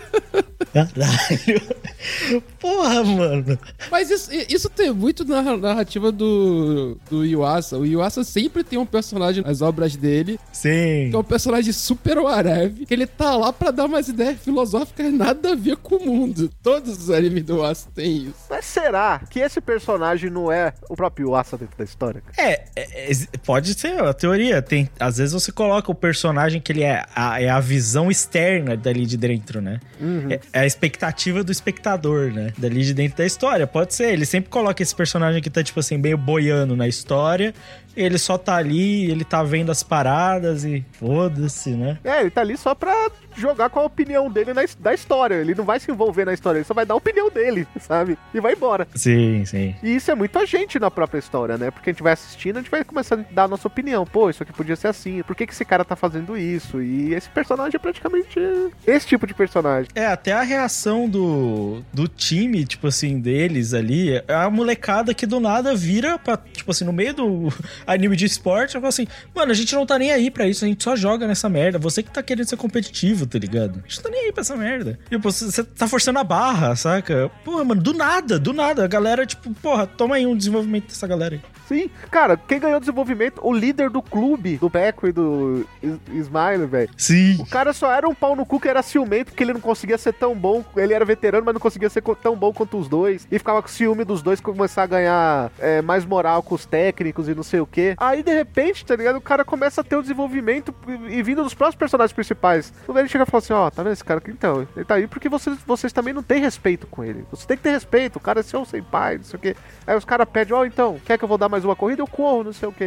Caralho. Porra, mano. Mas isso, isso tem muito na narrativa do, do Yuasa. O Yuasa sempre tem um personagem nas obras dele. Sim. Que é um personagem super whatever, que ele tá lá pra dar umas ideias filosóficas nada a ver com o mundo. Todos os animes do Yuasa tem isso. Mas será que esse personagem não é o próprio Yuasa dentro da história? É, é, é, pode ser a teoria. Tem, às vezes você coloca o personagem que ele é a, é a visão externa dali de dentro, né? Uhum. É, é a expectativa do espectador, né? Dali de dentro da história. Pode ser. Ele sempre coloca esse personagem que tá, tipo assim, meio boiando na história. Ele só tá ali, ele tá vendo as paradas e foda-se, né? É, ele tá ali só pra jogar com a opinião dele na, da história. Ele não vai se envolver na história, ele só vai dar a opinião dele, sabe? E vai embora. Sim, sim. E isso é muito a gente na própria história, né? Porque a gente vai assistindo, a gente vai começar a dar a nossa opinião. Pô, isso aqui podia ser assim. Por que que esse cara tá fazendo isso? E esse personagem é praticamente esse tipo de personagem. É, até a reação do, do time, tipo assim, deles ali, é a molecada que do nada vira pra, tipo assim, no meio do anime de esporte, fala assim, mano, a gente não tá nem aí pra isso, a gente só joga nessa merda. Você que tá querendo ser competitivo, tá ligado? A gente não tá nem aí pra essa merda. Tipo, você tá forçando a barra, saca? Porra, mano, do nada, do nada. A galera, tipo, porra, toma aí um desenvolvimento dessa galera aí. Sim, cara, quem ganhou desenvolvimento? O líder do clube, do Peco e do Smile, velho. Sim. O cara só era um pau no cu que era ciumento, porque ele não conseguia ser tão bom. Ele era veterano, mas não conseguia ser tão bom quanto os dois. E ficava com ciúme dos dois, começar a ganhar é, mais moral com os técnicos e não sei o quê. Aí, de repente, tá ligado? O cara começa a ter o desenvolvimento e, e vindo dos próprios personagens principais. Quando ele chega e fala assim, ó, oh, tá vendo esse cara aqui? Então, ele tá aí porque vocês, vocês também não têm respeito com ele. Você tem que ter respeito, o cara é seu senpai, não sei o quê. Aí os caras pedem, ó, oh, então, quer que eu vou dar mais uma corrida? Eu corro, não sei o quê.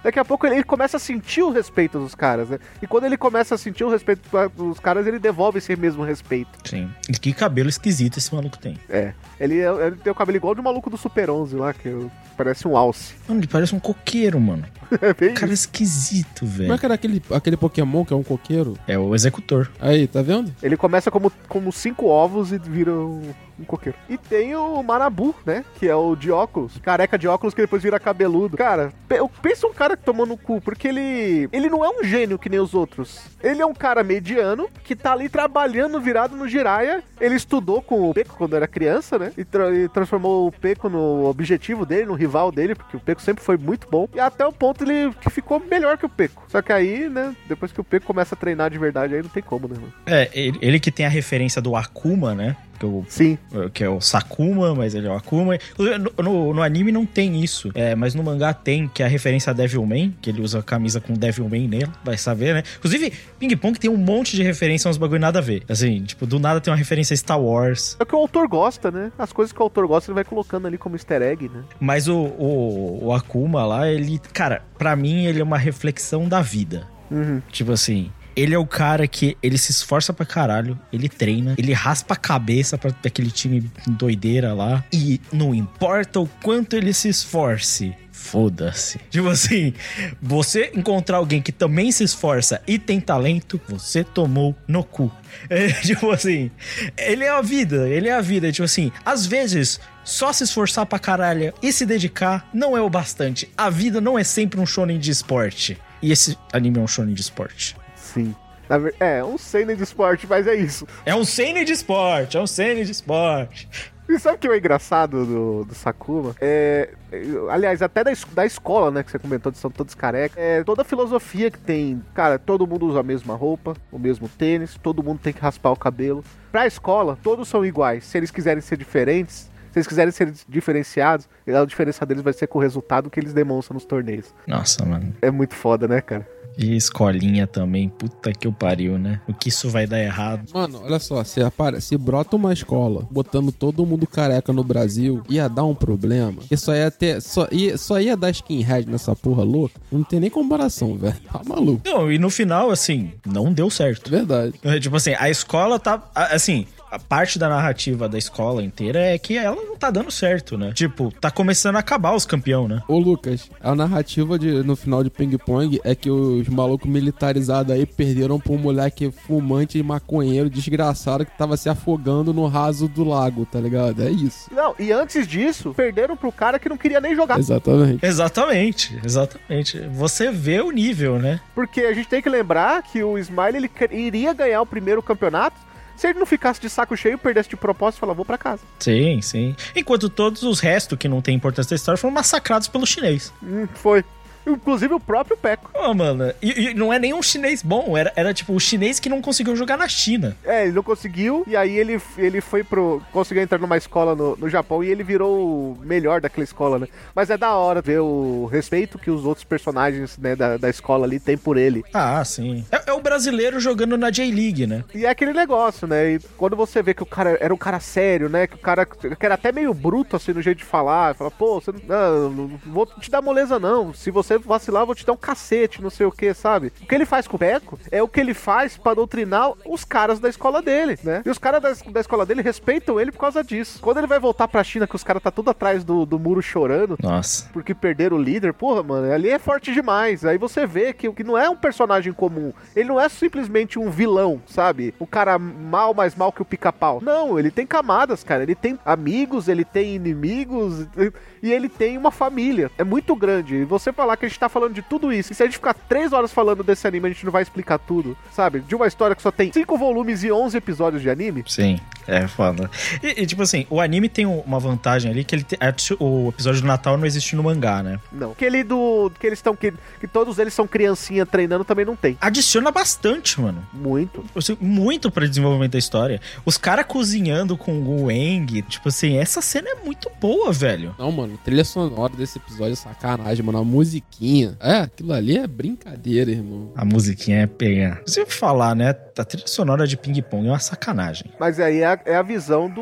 daqui a pouco ele, ele começa a sentir o respeito dos caras, né? E quando ele começa a sentir o respeito dos caras, ele devolve esse mesmo respeito. Sim. E que cabelo esquisito esse maluco tem. É. Ele, ele tem o cabelo igual do maluco do Super onze lá, que parece um alce. Mano, ele parece um coqueiro, mano. É bem Cara isso. esquisito, velho. Como é que era aquele, aquele Pokémon que é um coqueiro? É o executor. Aí, tá vendo? Ele começa como, como cinco ovos e vira um, um coqueiro. E tem o Manabu, né? Que é o de óculos. Careca de óculos que depois vira cabeludo. Cara, eu penso um cara que tomou no cu, porque ele... Ele não é um gênio que nem os outros. Ele é um cara mediano que tá ali trabalhando virado no Jiraiya. Ele estudou com o Peco quando era criança, né? E, tra e transformou o Peco no objetivo dele, no rival dele, porque o Peco sempre foi muito bom. E até o ponto ele que ficou melhor que o Peco. Só que aí, né? Depois que o Peco começa a treinar de verdade, aí não tem como, né, mano? É, ele, ele que tem a referência do Akuma, né? Que, o, Sim. que é o Sakuma, mas ele é o Akuma. No, no, no anime não tem isso, é, mas no mangá tem, que é a referência a Devilman, que ele usa a camisa com Devilman nela, vai saber, né? Inclusive, Ping Pong tem um monte de referência a uns bagulho nada a ver. Assim, tipo, do nada tem uma referência a Star Wars. É o que o autor gosta, né? As coisas que o autor gosta, ele vai colocando ali como easter egg, né? Mas o, o, o Akuma lá, ele... Cara, pra mim, ele é uma reflexão da vida. Uhum. Tipo assim... Ele é o cara que ele se esforça pra caralho, ele treina, ele raspa a cabeça pra aquele time doideira lá. E não importa o quanto ele se esforce, foda-se. Tipo assim, você encontrar alguém que também se esforça e tem talento, você tomou no cu. É, tipo assim, ele é a vida, ele é a vida. Tipo assim, às vezes... Só se esforçar pra caralho e se dedicar não é o bastante. A vida não é sempre um shonen de esporte. E esse anime é um shonen de esporte. Sim. Na ver... É, um seinen de esporte, mas é isso. É um seinen de esporte, é um seinen de esporte. E sabe o que é o engraçado do, do Sakuma? É, aliás, até da, es da escola, né, que você comentou, são todos carecas. É, toda a filosofia que tem, cara, todo mundo usa a mesma roupa, o mesmo tênis, todo mundo tem que raspar o cabelo. Pra escola, todos são iguais. Se eles quiserem ser diferentes, se eles quiserem ser diferenciados, a diferença deles vai ser com o resultado que eles demonstram nos torneios. Nossa, mano. É muito foda, né, cara? E escolinha também, puta que eu pariu, né? O que isso vai dar errado? Mano, olha só, se, apare... se brota uma escola botando todo mundo careca no Brasil, ia dar um problema. E só ia ter. Só ia, só ia dar skinhead nessa porra louca. Não tem nem comparação, velho. Tá maluco. Não, e no final, assim, não deu certo. Verdade. É, tipo assim, a escola tá. Assim. A parte da narrativa da escola inteira é que ela não tá dando certo, né? Tipo, tá começando a acabar os campeão, né? Ô, Lucas, a narrativa de, no final de Ping Pong é que os malucos militarizados aí perderam pra um moleque fumante e maconheiro desgraçado que tava se afogando no raso do lago, tá ligado? É isso. Não, e antes disso, perderam pro cara que não queria nem jogar. Exatamente. Exatamente, exatamente. Você vê o nível, né? Porque a gente tem que lembrar que o Smile, ele iria ganhar o primeiro campeonato se ele não ficasse de saco cheio, perdesse de propósito e falar, vou pra casa. Sim, sim. Enquanto todos os restos que não tem importância da história foram massacrados pelo chinês. Hum, foi. Inclusive o próprio Peco. Ô, oh, mano, e, e não é nem um chinês bom, era, era tipo o chinês que não conseguiu jogar na China. É, ele não conseguiu, e aí ele, ele foi pro... conseguiu entrar numa escola no, no Japão, e ele virou o melhor daquela escola, né? Mas é da hora ver o respeito que os outros personagens, né, da, da escola ali têm por ele. Ah, sim. É, é o brasileiro jogando na J-League, né? E é aquele negócio, né? E quando você vê que o cara era um cara sério, né? Que o cara que era até meio bruto, assim, no jeito de falar. Fala, pô, você não, não vou te dar moleza, não. Se você vacilar, eu vou te dar um cacete, não sei o que, sabe? O que ele faz com o Peco é o que ele faz pra doutrinar os caras da escola dele, né? E os caras da, da escola dele respeitam ele por causa disso. Quando ele vai voltar pra China, que os caras tá tudo atrás do, do muro chorando. Nossa. Porque perderam o líder, porra, mano, ali é forte demais. Aí você vê que, que não é um personagem comum. Ele não é simplesmente um vilão, sabe? Um cara mal, mais mal que o pica-pau. Não, ele tem camadas, cara. Ele tem amigos, ele tem inimigos e ele tem uma família. É muito grande. E você falar que a gente tá falando de tudo isso, e se a gente ficar três horas falando desse anime, a gente não vai explicar tudo, sabe? De uma história que só tem cinco volumes e onze episódios de anime. Sim, é foda. E, e tipo assim, o anime tem uma vantagem ali, que ele te, o episódio do Natal não existe no mangá, né? Não. Aquele do... que eles estão... Que, que todos eles são criancinha treinando também não tem. Adiciona bastante, mano. Muito. Assim, muito pra desenvolvimento da história. Os caras cozinhando com o Eng, tipo assim, essa cena é muito boa, velho. Não, mano, trilha sonora desse episódio é sacanagem, mano. A musiquinha. É, aquilo ali é brincadeira, irmão. A musiquinha é pegar. Se eu falar, né, a trilha sonora de Ping Pong é uma sacanagem. Mas aí é a, é a visão do...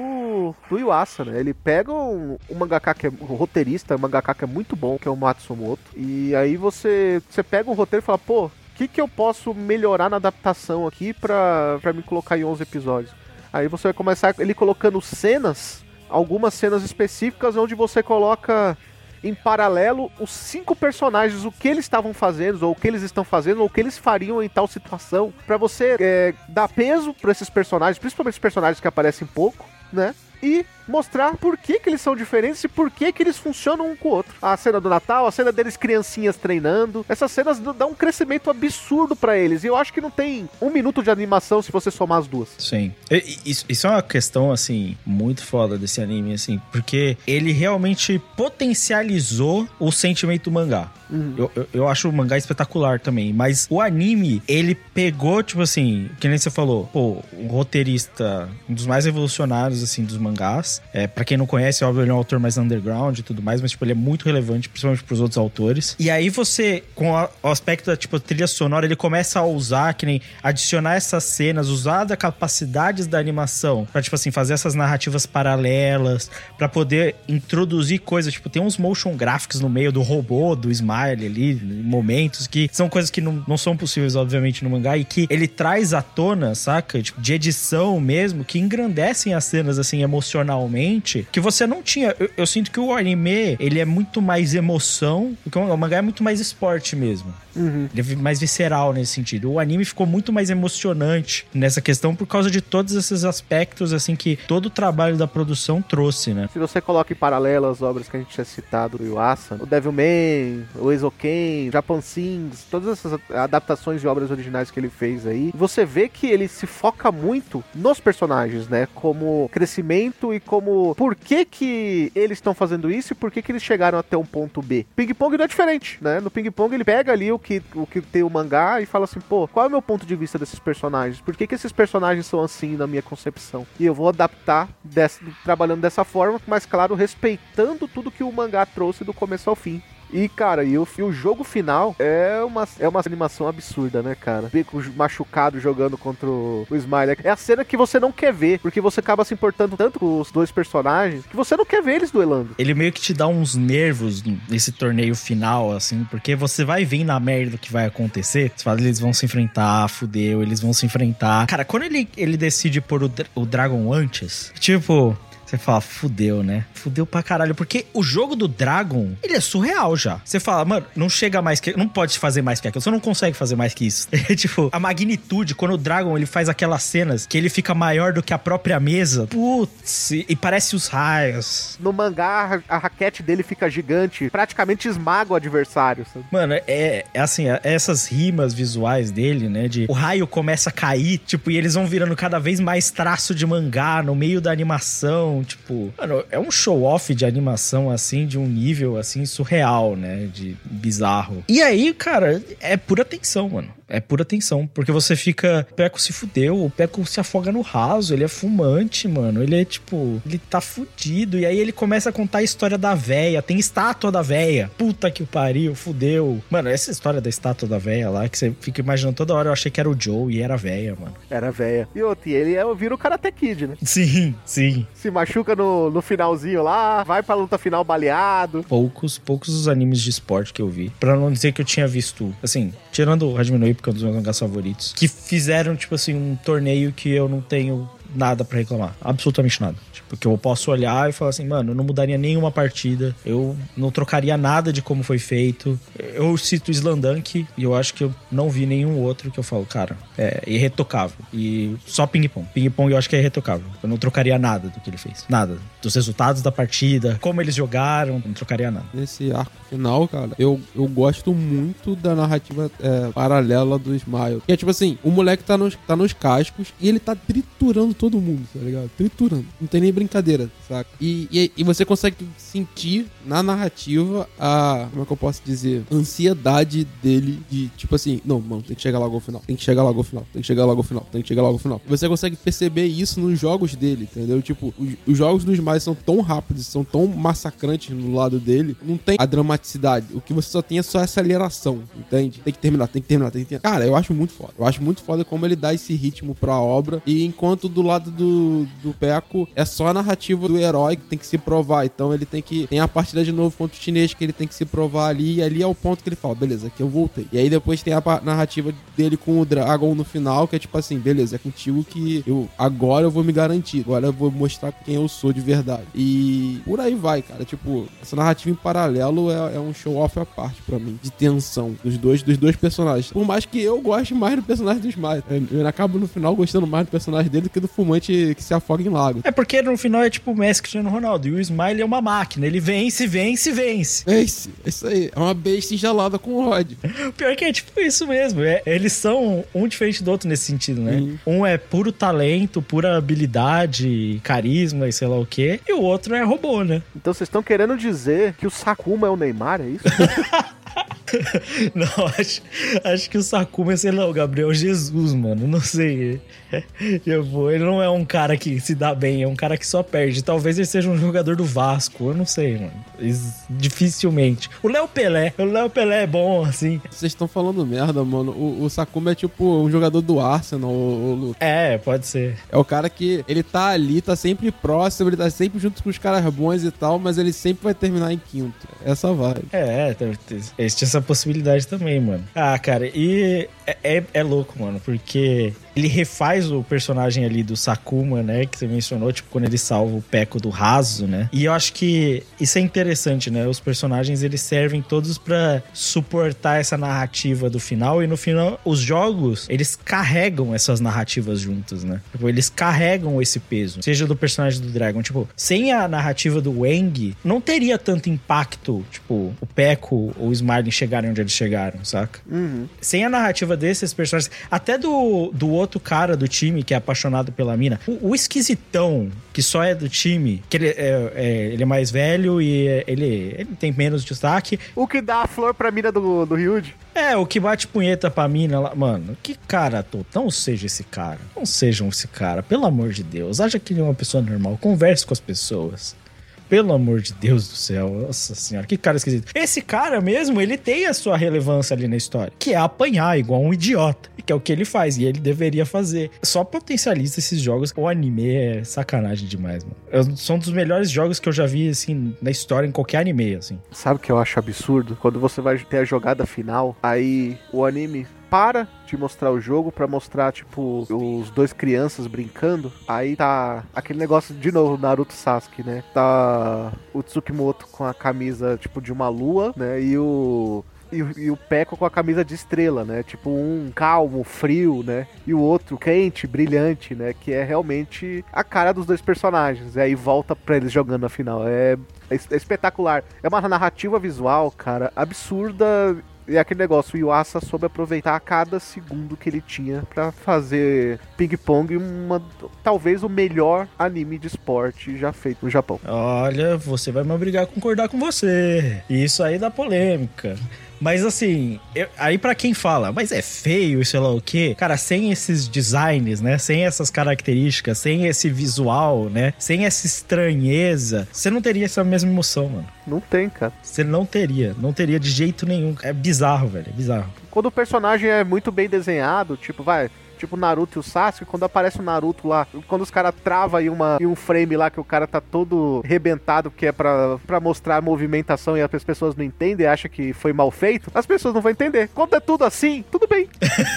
do, do Yuasa, né? Ele pega um, um mangaka que é um roteirista, um mangaka que é muito bom, que é o Matsumoto, e aí você, você pega um roteiro e fala, pô, o que que eu posso melhorar na adaptação aqui pra, pra me colocar em onze episódios? Aí você vai começar ele colocando cenas, algumas cenas específicas onde você coloca em paralelo os cinco personagens, o que eles estavam fazendo, ou o que eles estão fazendo, ou o que eles fariam em tal situação, pra você é, dar peso pra esses personagens, principalmente os personagens que aparecem pouco, né? E mostrar por que que eles são diferentes e por que que eles funcionam um com o outro. A cena do Natal, a cena deles criancinhas treinando, essas cenas dão um crescimento absurdo pra eles. E eu acho que não tem um minuto de animação se você somar as duas. Sim. Isso, isso é uma questão, assim, muito foda desse anime, assim, porque ele realmente potencializou o sentimento do mangá. Uhum. Eu, eu, eu acho o mangá espetacular também, mas o anime, ele pegou, tipo assim, que nem você falou, pô, um roteirista, um dos mais revolucionários, assim, dos mangás. É, pra quem não conhece, óbvio, ele é um autor mais underground e tudo mais, mas, tipo, ele é muito relevante, principalmente pros outros autores. E aí você, com a, o aspecto da, tipo, trilha sonora, ele começa a usar, que nem adicionar essas cenas, usar das capacidades da animação pra, tipo assim, fazer essas narrativas paralelas, pra poder introduzir coisas, tipo, tem uns motion graphics no meio do robô, do Smile ali, momentos que são coisas que não, não são possíveis, obviamente, no mangá, e que ele traz à tona, saca? Tipo, de edição mesmo, que engrandecem as cenas, assim, emocionalmente, que você não tinha. Eu, eu sinto que o anime, ele é muito mais emoção, porque o mangá é muito mais esporte mesmo. Uhum. Ele é mais visceral nesse sentido. O anime ficou muito mais emocionante nessa questão por causa de todos esses aspectos, assim, que todo o trabalho da produção trouxe, né? Se você coloca em paralelo as obras que a gente tinha citado do Yuasa, o Devilman, o Eizouken, Japan Sings, todas essas adaptações de obras originais que ele fez aí, você vê que ele se foca muito nos personagens, né? Como crescimento e como por que que eles estão fazendo isso e por que que eles chegaram até um ponto B. Ping Pong não é diferente, né? No Ping Pong ele pega ali o que, o que tem o mangá e fala assim, pô, qual é o meu ponto de vista desses personagens? Por que que esses personagens são assim na minha concepção? E eu vou adaptar dessa, trabalhando dessa forma, mas claro, respeitando tudo que o mangá trouxe do começo ao fim. E, cara, e o, e o jogo final é uma, é uma animação absurda, né, cara? Bico machucado jogando contra o, o Smiley. É a cena que você não quer ver, porque você acaba se importando tanto com os dois personagens, que você não quer ver eles duelando. Ele meio que te dá uns nervos nesse torneio final, assim, porque você vai vendo a merda que vai acontecer. Você fala, eles vão se enfrentar, fudeu, eles vão se enfrentar. Cara, quando ele, ele decide pôr o, o Dragon antes, tipo... Você fala, fudeu, né? Fudeu pra caralho. Porque o jogo do Dragon, ele é surreal já. Você fala, mano, não chega mais que... Não pode fazer mais que aquilo. Você não consegue fazer mais que isso. É tipo, a magnitude, quando o Dragon, ele faz aquelas cenas que ele fica maior do que a própria mesa. Putz, e, e parece os raios. No mangá, a raquete dele fica gigante. Praticamente esmaga o adversário, sabe? Mano, é, é assim, é essas rimas visuais dele, né? De o raio começa a cair, tipo, e eles vão virando cada vez mais traço de mangá no meio da animação. Tipo, mano, é um show-off de animação, assim, de um nível, assim, surreal, né? De bizarro. E aí, cara, é pura tensão, mano. É pura tensão, porque você fica... O Peco se fudeu, o Peco se afoga no raso, ele é fumante, mano. Ele é, tipo... Ele tá fudido. E aí ele começa a contar a história da véia. Tem estátua da véia. Puta que o pariu, fudeu. Mano, essa história da estátua da véia lá, que você fica imaginando toda hora, eu achei que era o Joe e era a véia, mano. Era a véia. E outro, ele é, vira o Karate Kid, né? Sim, sim. Se machuca no, no finalzinho lá, vai pra luta final baleado. Poucos, poucos os animes de esporte que eu vi. Pra não dizer que eu tinha visto, assim, tirando o Hajime no Ippo, que é um dos meus mangás favoritos, que fizeram, tipo assim, um torneio que eu não tenho nada pra reclamar. Absolutamente nada. Tipo, que eu posso olhar e falar assim, mano, eu não mudaria nenhuma partida, eu não trocaria nada de como foi feito. Eu cito o Slandunk e eu acho que eu não vi nenhum outro que eu falo, cara, é irretocável. E só ping-pong. Ping-pong eu acho que é irretocável. Eu não trocaria nada do que ele fez. Nada. Dos resultados da partida, como eles jogaram, eu não trocaria nada. Nesse arco final, cara, eu, eu gosto muito da narrativa é, paralela do Smile. Que é tipo assim, o moleque tá nos, tá nos cascos e ele tá triturando todo mundo, tá ligado? Triturando. Não tem nem brincadeira, saca? E, e, e você consegue sentir na narrativa a, como é que eu posso dizer, ansiedade dele de, tipo assim, não, mano, tem que chegar logo ao final, tem que chegar logo ao final, tem que chegar logo ao final, tem que chegar logo ao final. E você consegue perceber isso nos jogos dele, entendeu? Tipo, os, os jogos dos mais são tão rápidos, são tão massacrantes no lado dele, não tem a dramaticidade. O que você só tem é só essa aceleração, entende? Tem que terminar, tem que terminar, tem que terminar. Cara, eu acho muito foda. Eu acho muito foda como ele dá esse ritmo pra obra e enquanto do lado do, do Peco é só a narrativa do herói que tem que se provar. Então ele tem que... Tem a partida de novo contra o chinês que ele tem que se provar ali. E ali é o ponto que ele fala, beleza, aqui eu voltei. E aí depois tem a narrativa dele com o Dragon no final, que é tipo assim, beleza, é contigo que eu agora eu vou me garantir. Agora eu vou mostrar quem eu sou de verdade. E por aí vai, cara. Tipo, essa narrativa em paralelo é, é um show-off à parte pra mim. De tensão dos dois, dos dois personagens. Por mais que eu goste mais do personagem do Smite. Eu, eu acabo no final gostando mais do personagem dele do que do fumante que se afoga em lago. É porque no final é tipo o Messi Cristiano Ronaldo. E o Smiley é uma máquina. Ele vence, vence, vence. Vence. É isso aí. É uma besta engelada com ódio. O pior que é tipo isso mesmo. É, eles são um diferente do outro nesse sentido, né? Uhum. Um é puro talento, pura habilidade, carisma e sei lá o quê. E o outro é robô, né? Então vocês estão querendo dizer que o Sakuma é o Neymar, é isso? Não, acho, acho que o Sakuma é, sei lá, o Gabriel Jesus, mano. Não sei. Eu vou, ele não é um cara que se dá bem, é um cara que só perde. Talvez ele seja um jogador do Vasco, eu não sei, mano. Dificilmente. O Léo Pelé, o Léo Pelé é bom, assim. Vocês estão falando merda, mano. O, o Sakuma é tipo um jogador do Arsenal, o, o... É, pode ser. É o cara que ele tá ali, tá sempre próximo, ele tá sempre junto com os caras bons e tal, mas ele sempre vai terminar em quinto. Essa vai. É, existe essa possibilidade também, mano. Ah, cara, e é, é, é louco, mano, porque ele refaz o personagem ali do Sakuma, né, que você mencionou, tipo, quando ele salva o Peco do raso, né? E eu acho que isso é interessante, né? Os personagens, eles servem todos pra suportar essa narrativa do final, e no final, os jogos, eles carregam essas narrativas juntos, né? Tipo, eles carregam esse peso, seja do personagem do Dragon. Tipo, sem a narrativa do Wang, não teria tanto impacto, tipo, o Peco ou o Smiley chegarem onde eles chegaram, saca? Uhum. Sem a narrativa desses personagens, até do, do outro cara do time que é apaixonado pela mina, o, o esquisitão que só é do time, que ele é, é, ele é mais velho e ele, ele tem menos destaque. O que dá a flor pra mina do, do Ryuji. É, o que bate punheta pra mina lá. Mano, que cara, tô. Não seja esse cara. Não sejam esse cara, pelo amor de Deus. Acha que ele é uma pessoa normal. Converse com as pessoas. Pelo amor de Deus do céu, nossa senhora, que cara esquisito. Esse cara mesmo, ele tem a sua relevância ali na história, que é apanhar igual um idiota, que é o que ele faz, e ele deveria fazer. Só potencializa esses jogos. O anime é sacanagem demais, mano. Eu, são um dos melhores jogos que eu já vi, assim, na história, em qualquer anime, assim. Sabe o que eu acho absurdo? Quando você vai ter a jogada final, aí o anime para de mostrar o jogo pra mostrar, tipo, os dois crianças brincando. Aí tá aquele negócio, de novo, Naruto Sasuke, né? Tá o Tsukimoto com a camisa, tipo, de uma lua, né? E o... E, e o Peco com a camisa de estrela, né? Tipo, um calmo, frio, né? E o outro quente, brilhante, né? Que é realmente a cara dos dois personagens. E aí volta pra eles jogando na final. É, é, é espetacular. É uma narrativa visual, cara, absurda. E aquele negócio, o Yuasa soube aproveitar cada segundo que ele tinha pra fazer Ping Pong uma, talvez o melhor anime de esporte já feito no Japão. Olha, você vai me obrigar a concordar com você. Isso aí dá polêmica. Mas assim, eu, aí pra quem fala, mas é feio e sei lá o quê, cara, sem esses designs, né, sem essas características, sem esse visual, né, sem essa estranheza, você não teria essa mesma emoção, mano. Não tem, cara. Você não teria, não teria de jeito nenhum. É bizarro, velho, é bizarro. Quando o personagem é muito bem desenhado, tipo, vai... Tipo o Naruto e o Sasuke, quando aparece o Naruto lá, quando os caras travam em, uma, em um frame lá que o cara tá todo rebentado, que é pra, pra mostrar a movimentação e as pessoas não entendem, acham que foi mal feito, as pessoas não vão entender. Quando é tudo assim, tudo bem.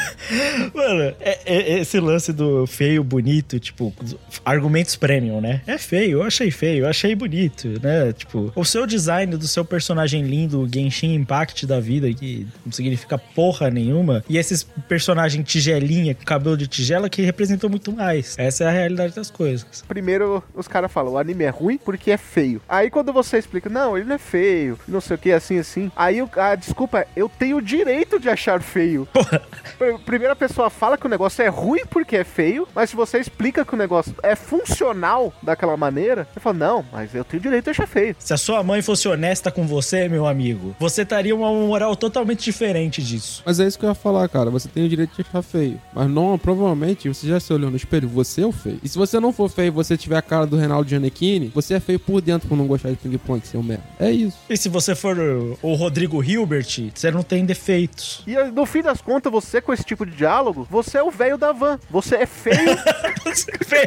Mano, é, é, esse lance do feio, bonito, tipo, argumentos premium, né? É feio, eu achei feio, eu achei bonito, né? Tipo, o seu design do seu personagem lindo, o Genshin Impact da vida, que não significa porra nenhuma, e esses personagens tigelinha, cabelo de tigela, que representou muito mais. Essa é a realidade das coisas. Primeiro, os caras falam, o anime é ruim porque é feio. Aí quando você explica, não, ele não é feio, não sei o que, assim, assim. Aí, a desculpa, eu tenho o direito de achar feio. Primeiro a pessoa fala que o negócio é ruim porque é feio, mas se você explica que o negócio é funcional daquela maneira, você fala, não, mas eu tenho o direito de achar feio. Se a sua mãe fosse honesta com você, meu amigo, você teria uma moral totalmente diferente disso. Mas é isso que eu ia falar, cara. Você tem o direito de achar feio, mas não Então, provavelmente, você já se olhou no espelho, você é o feio. E se você não for feio e você tiver a cara do Reinaldo Gianecchini, você é feio por dentro por não gostar de ping-pong, seu merda. É isso. E se você for o, o Rodrigo Hilbert, você não tem defeitos. E no fim das contas, você com esse tipo de diálogo, você é o velho da van. Você é feio. Você é feio.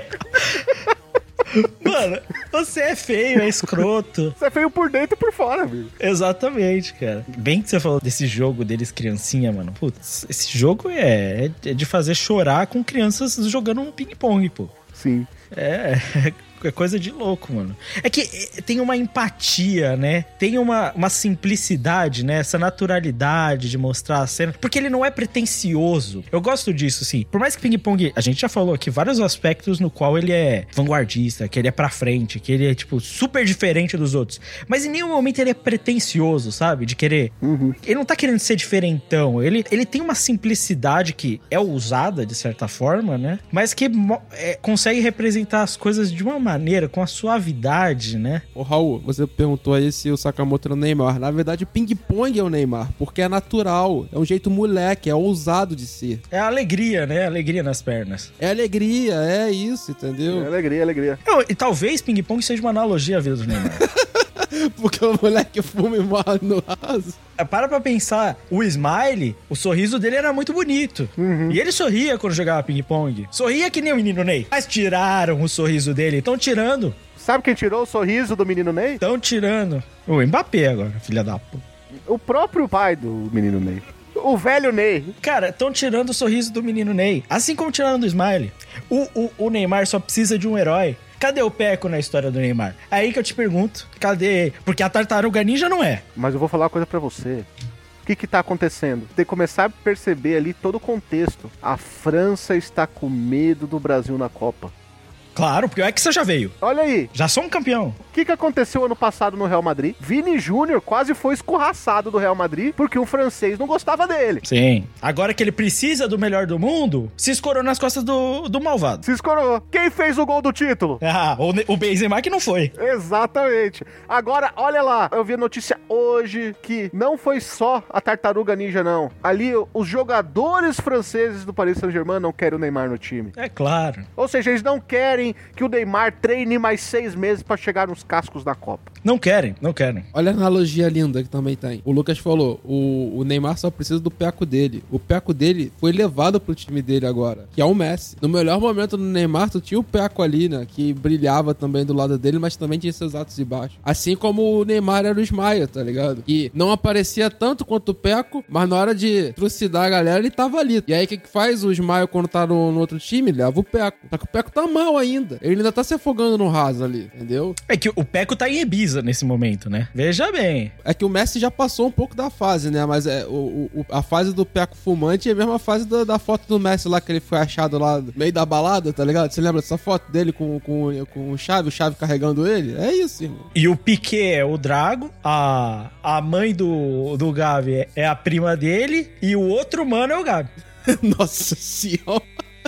Mano, você é feio, é escroto. Você é feio por dentro e por fora, amigo. Exatamente, cara. Bem que você falou desse jogo deles criancinha, mano. Putz, esse jogo é, é de fazer chorar com crianças jogando um ping-pong, pô. Sim. É, é coisa de louco, mano. É que tem uma empatia, né? Tem uma, uma simplicidade, né? Essa naturalidade de mostrar a cena. Porque ele não é pretencioso. Eu gosto disso, assim. Por mais que ping-pong... A gente já falou aqui vários aspectos no qual ele é vanguardista, que ele é pra frente, que ele é, tipo, super diferente dos outros. Mas em nenhum momento ele é pretencioso, sabe? De querer... Uhum. Ele não tá querendo ser diferentão. Ele, ele tem uma simplicidade que é ousada, de certa forma, né? Mas que é, consegue representar as coisas de uma maneira, com a suavidade, né? Ô, Raul, você perguntou aí se o Sakamoto era o Neymar. Na verdade, o ping-pong é o Neymar, porque é natural. É um jeito moleque, é ousado de ser. É a alegria, né? Alegria nas pernas. É alegria, é isso, entendeu? É alegria, alegria. Não, e talvez ping-pong seja uma analogia à vida do Neymar. Porque o moleque fuma e morre no raso. Para pra pensar, o Smiley, o sorriso dele era muito bonito. Uhum. E ele sorria quando jogava ping-pong. Sorria que nem o menino Ney. Mas tiraram o sorriso dele. Estão tirando. Sabe quem tirou o sorriso do menino Ney? Estão tirando. O Mbappé agora, filha da puta. O próprio pai do menino Ney. O velho Ney. Cara, estão tirando o sorriso do menino Ney. Assim como tiraram do Smiley. O, o, o Neymar só precisa de um herói. Cadê o Peco na história do Neymar? Aí que eu te pergunto, cadê? Porque a Tartaruga Ninja não é. Mas eu vou falar uma coisa pra você. O que que tá acontecendo? Tem que começar a perceber ali todo o contexto. A França está com medo do Brasil na Copa. Claro, porque o Hexa já veio. Olha aí. Já sou um campeão. O que que aconteceu ano passado no Real Madrid? Vini Júnior quase foi escorraçado do Real Madrid porque um francês não gostava dele. Sim. Agora que ele precisa do melhor do mundo, se escorou nas costas do, do malvado. Se escorou. Quem fez o gol do título? Ah, o, o Benzema que não foi. Exatamente. Agora, olha lá. Eu vi a notícia hoje que não foi só a Tartaruga Ninja, não. Ali, os jogadores franceses do Paris Saint-Germain não querem o Neymar no time. É claro. Ou seja, eles não querem que o Neymar treine mais seis meses pra chegar nos cascos da Copa. Não querem, não querem. Olha a analogia linda que também tem. O Lucas falou, o, o Neymar só precisa do peco dele. O peco dele foi levado pro time dele agora, que é o Messi. No melhor momento do Neymar, tu tinha o peco ali, né, que brilhava também do lado dele, mas também tinha seus altos e baixos. Assim como o Neymar era o Ismael, tá ligado? Que não aparecia tanto quanto o peco, mas na hora de trucidar a galera, ele tava ali. E aí, o que que faz o Ismael quando tá no, no outro time? Leva o peco. Só que o peco tá mal ainda. Ele ainda tá se afogando no raso ali, entendeu? É que o Peco tá em Ibiza nesse momento, né? Veja bem. É que o Messi já passou um pouco da fase, né? Mas é, o, o, a fase do Peco fumante é a mesma fase da, da foto do Messi lá, que ele foi achado lá no meio da balada, tá ligado? Você lembra dessa foto dele com, com, com o Xavi, o Xavi carregando ele? É isso, irmão. E o Piquet é o Drago, a, a mãe do, do Gavi é a prima dele e o outro mano é o Gabi. Nossa senhora.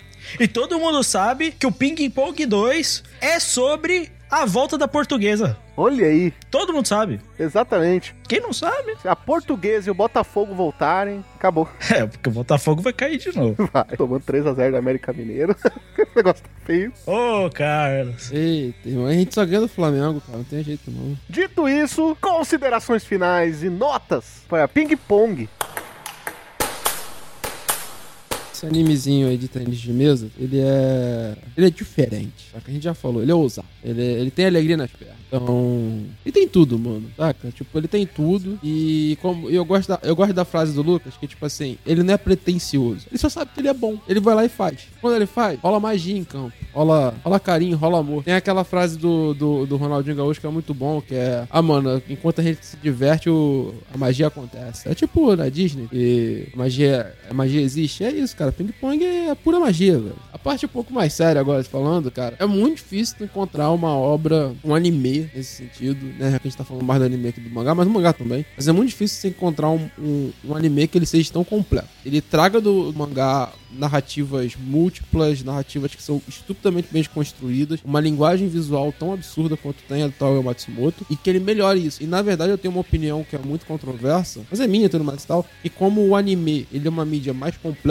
E todo mundo sabe que o Ping Pong dois é sobre a volta da portuguesa. Olha aí. Todo mundo sabe. Exatamente. Quem não sabe? Se a Portuguesa e o Botafogo voltarem, acabou. É, porque o Botafogo vai cair de novo. Vai. Tomando três a zero da América Mineiro. O negócio tá feio. Ô, oh, Carlos. Eita, irmão, a gente só ganha do Flamengo, cara. Não tem jeito, não. Dito isso, considerações finais e notas para Ping Pong. Esse animezinho aí de tênis de mesa, ele é... Ele é diferente, saca? A gente já falou, ele é ousado. Ele, é... ele tem alegria nas pernas. Então... Ele tem tudo, mano, saca? Tipo, ele tem tudo. E como eu gosto da, eu gosto da frase do Lucas, que tipo assim, ele não é pretencioso. Ele só sabe que ele é bom. Ele vai lá e faz. Quando ele faz, rola magia em campo. Rola, rola carinho, rola amor. Tem aquela frase do, do, do Ronaldinho Gaúcho que é muito bom, que é... Ah, mano, enquanto a gente se diverte, o... a magia acontece. É tipo na Disney, que a magia, a magia existe. É isso, cara. Ping-pong é pura magia, velho. A parte um pouco mais séria agora, falando, cara, é muito difícil encontrar uma obra, um anime nesse sentido, né? A gente tá falando mais do anime aqui do mangá, mas do mangá também. Mas é muito difícil você encontrar um, um, um anime que ele seja tão completo. Ele traga do mangá narrativas múltiplas, narrativas que são estupidamente bem construídas, uma linguagem visual tão absurda quanto tem a do Tao Matsumoto, e que ele melhore isso. E na verdade eu tenho uma opinião que é muito controversa, mas é minha e tudo mais e tal, e como o anime, ele é uma mídia mais completa que o mangá,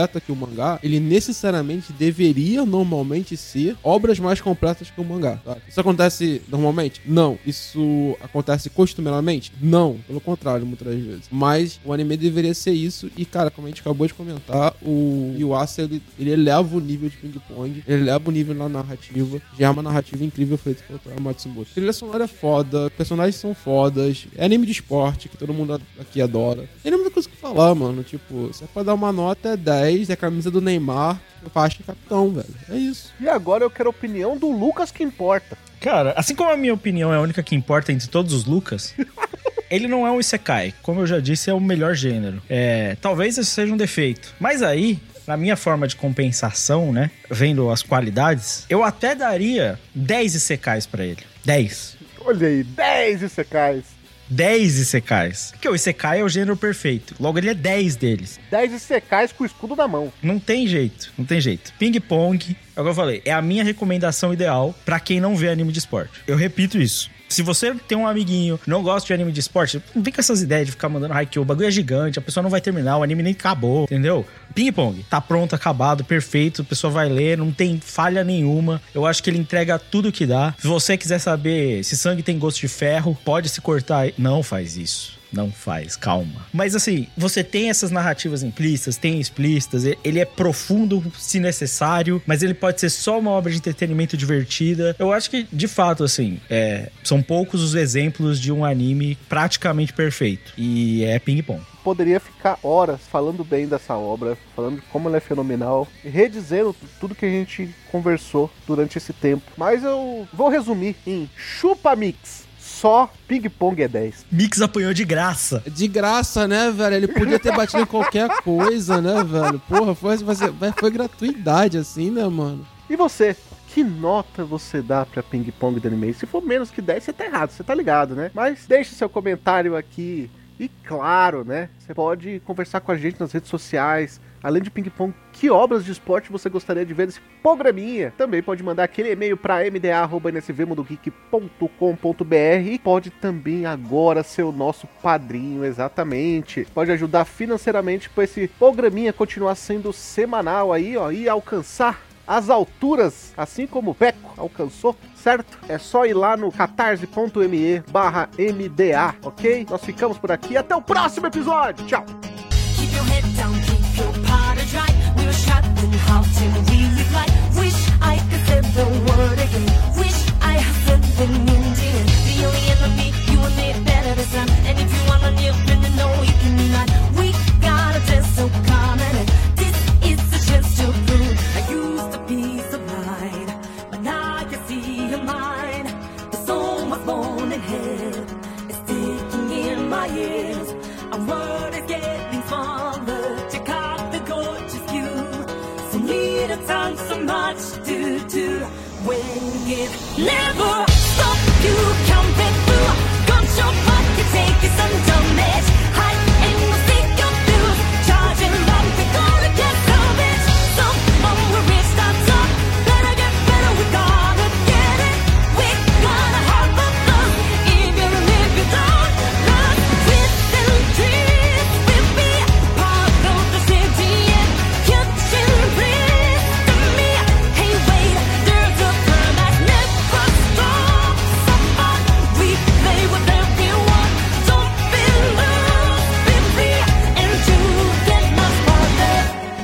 mangá, ele necessariamente deveria normalmente ser obras mais completas que o mangá, tá? Isso acontece normalmente? Não. Isso acontece costumeiramente? Não. Pelo contrário, muitas vezes. Mas o anime deveria ser isso e, cara, como a gente acabou de comentar, o Yuasa, ele, ele eleva o nível de ping-pong, ele eleva o nível na narrativa, já é uma narrativa incrível feita pelo Toya Matsumoto. A trilha sonora é foda, personagens são fodas, é anime de esporte, que todo mundo aqui adora. Tem muita coisa que falar, mano. Tipo, se é pra dar uma nota, é dez, é a camisa do Neymar, faixa capitão, velho. É isso. E agora eu quero a opinião do Lucas que importa. Cara, assim como a minha opinião é a única que importa entre todos os Lucas, ele não é um isekai. Como eu já disse, é o melhor gênero. É, talvez esse seja um defeito. Mas aí, na minha forma de compensação, né, vendo as qualidades, eu até daria dez isekais pra ele. dez. Olha aí, dez isekais. dez isekais. Porque o isekai é o gênero perfeito. Logo, ele é dez deles. dez isekais com o escudo na mão. Não tem jeito, não tem jeito. Ping Pong, é o que eu falei, é a minha recomendação ideal pra quem não vê anime de esporte. Eu repito isso. Se você tem um amiguinho, não gosta de anime de esporte, não vem com essas ideias de ficar mandando Haikyuu. O bagulho é gigante, a pessoa não vai terminar, o anime nem acabou, entendeu? Ping Pong, tá pronto, acabado, perfeito, a pessoa vai ler, não tem falha nenhuma. Eu acho que ele entrega tudo que dá. Se você quiser saber se sangue tem gosto de ferro, pode se cortar. Não faz isso. Não faz, calma. Mas assim, você tem essas narrativas implícitas, tem explícitas, ele é profundo se necessário, mas ele pode ser só uma obra de entretenimento divertida. Eu acho que, de fato, assim, é, são poucos os exemplos de um anime praticamente perfeito. E é Ping Pong. Poderia ficar horas falando bem dessa obra, falando de como ela é fenomenal, redizendo tudo que a gente conversou durante esse tempo. Mas eu vou resumir em Chupa Mix. Só Ping Pong é dez. Mix apanhou de graça. De graça, né, velho? Ele podia ter batido em qualquer coisa, né, velho? Porra, foi, foi, foi gratuidade assim, né, mano? E você? Que nota você dá pra Ping Pong do anime? Se for menos que dez, você tá errado, você tá ligado, né? Mas deixe seu comentário aqui. E claro, né? Você pode conversar com a gente nas redes sociais. Além de Ping Pong, que obras de esporte você gostaria de ver nesse programinha? Também pode mandar aquele e-mail para m d a arroba n s v mundo geek ponto com ponto b r e pode também agora ser o nosso padrinho, exatamente. Pode ajudar financeiramente para esse programinha continuar sendo semanal aí, ó, e alcançar as alturas, assim como o Peco alcançou, certo? É só ir lá no catarse ponto m e barra m d a, ok? Nós ficamos por aqui, até o próximo episódio, tchau! Keep your head down, keep your powder dry. We were trapped in hot and really fly. Wish I could say the word again. Wish I had said the Indian. The only enemy, you and me better this time. And if you wanna live, then you know you can not. We got a test so common, and this is the chance to prove. I used to be so blind, but now I can see your mind. The soul was born in hell, it's sticking in my ears. A word is getting smaller. Check out the gorgeous view. So little time, so much to do. When it never stop, you come back through. Gun your pocket, take it some damage. Hide and we'll see your views. Charging long, we're gonna get some bitch. So when we reach the top, better get better, we gotta get it. We gotta have a fun. Even if you don't love, twist and dreams will be part of the city and kitchen breeze to me. Hey wait, there's a turn that never stops. Someone we play with everyone. Don't be loose, be free, and you get much farther.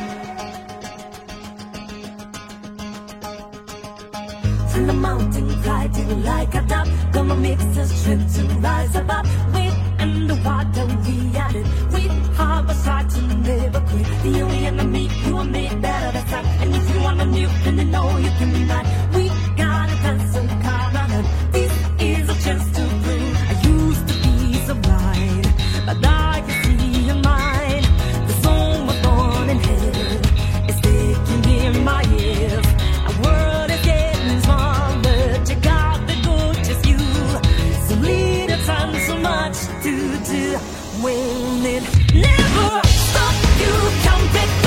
From the mountain, gliding like a dove. Gonna mix the strength to rise above. Wind and the water, we at it. We have a sight to never quit. The only enemy, you and me, better than time. And if you wanna new, then you know you can be mine. We gotta dance so common, and this is a chance to prove. I used to be so blind, but now I can see your mind. The song was born in hell, it's sticking in my ears. Our world is getting smaller. Check out the gorgeous view. So little time, so much to do. When it never stop, you come back.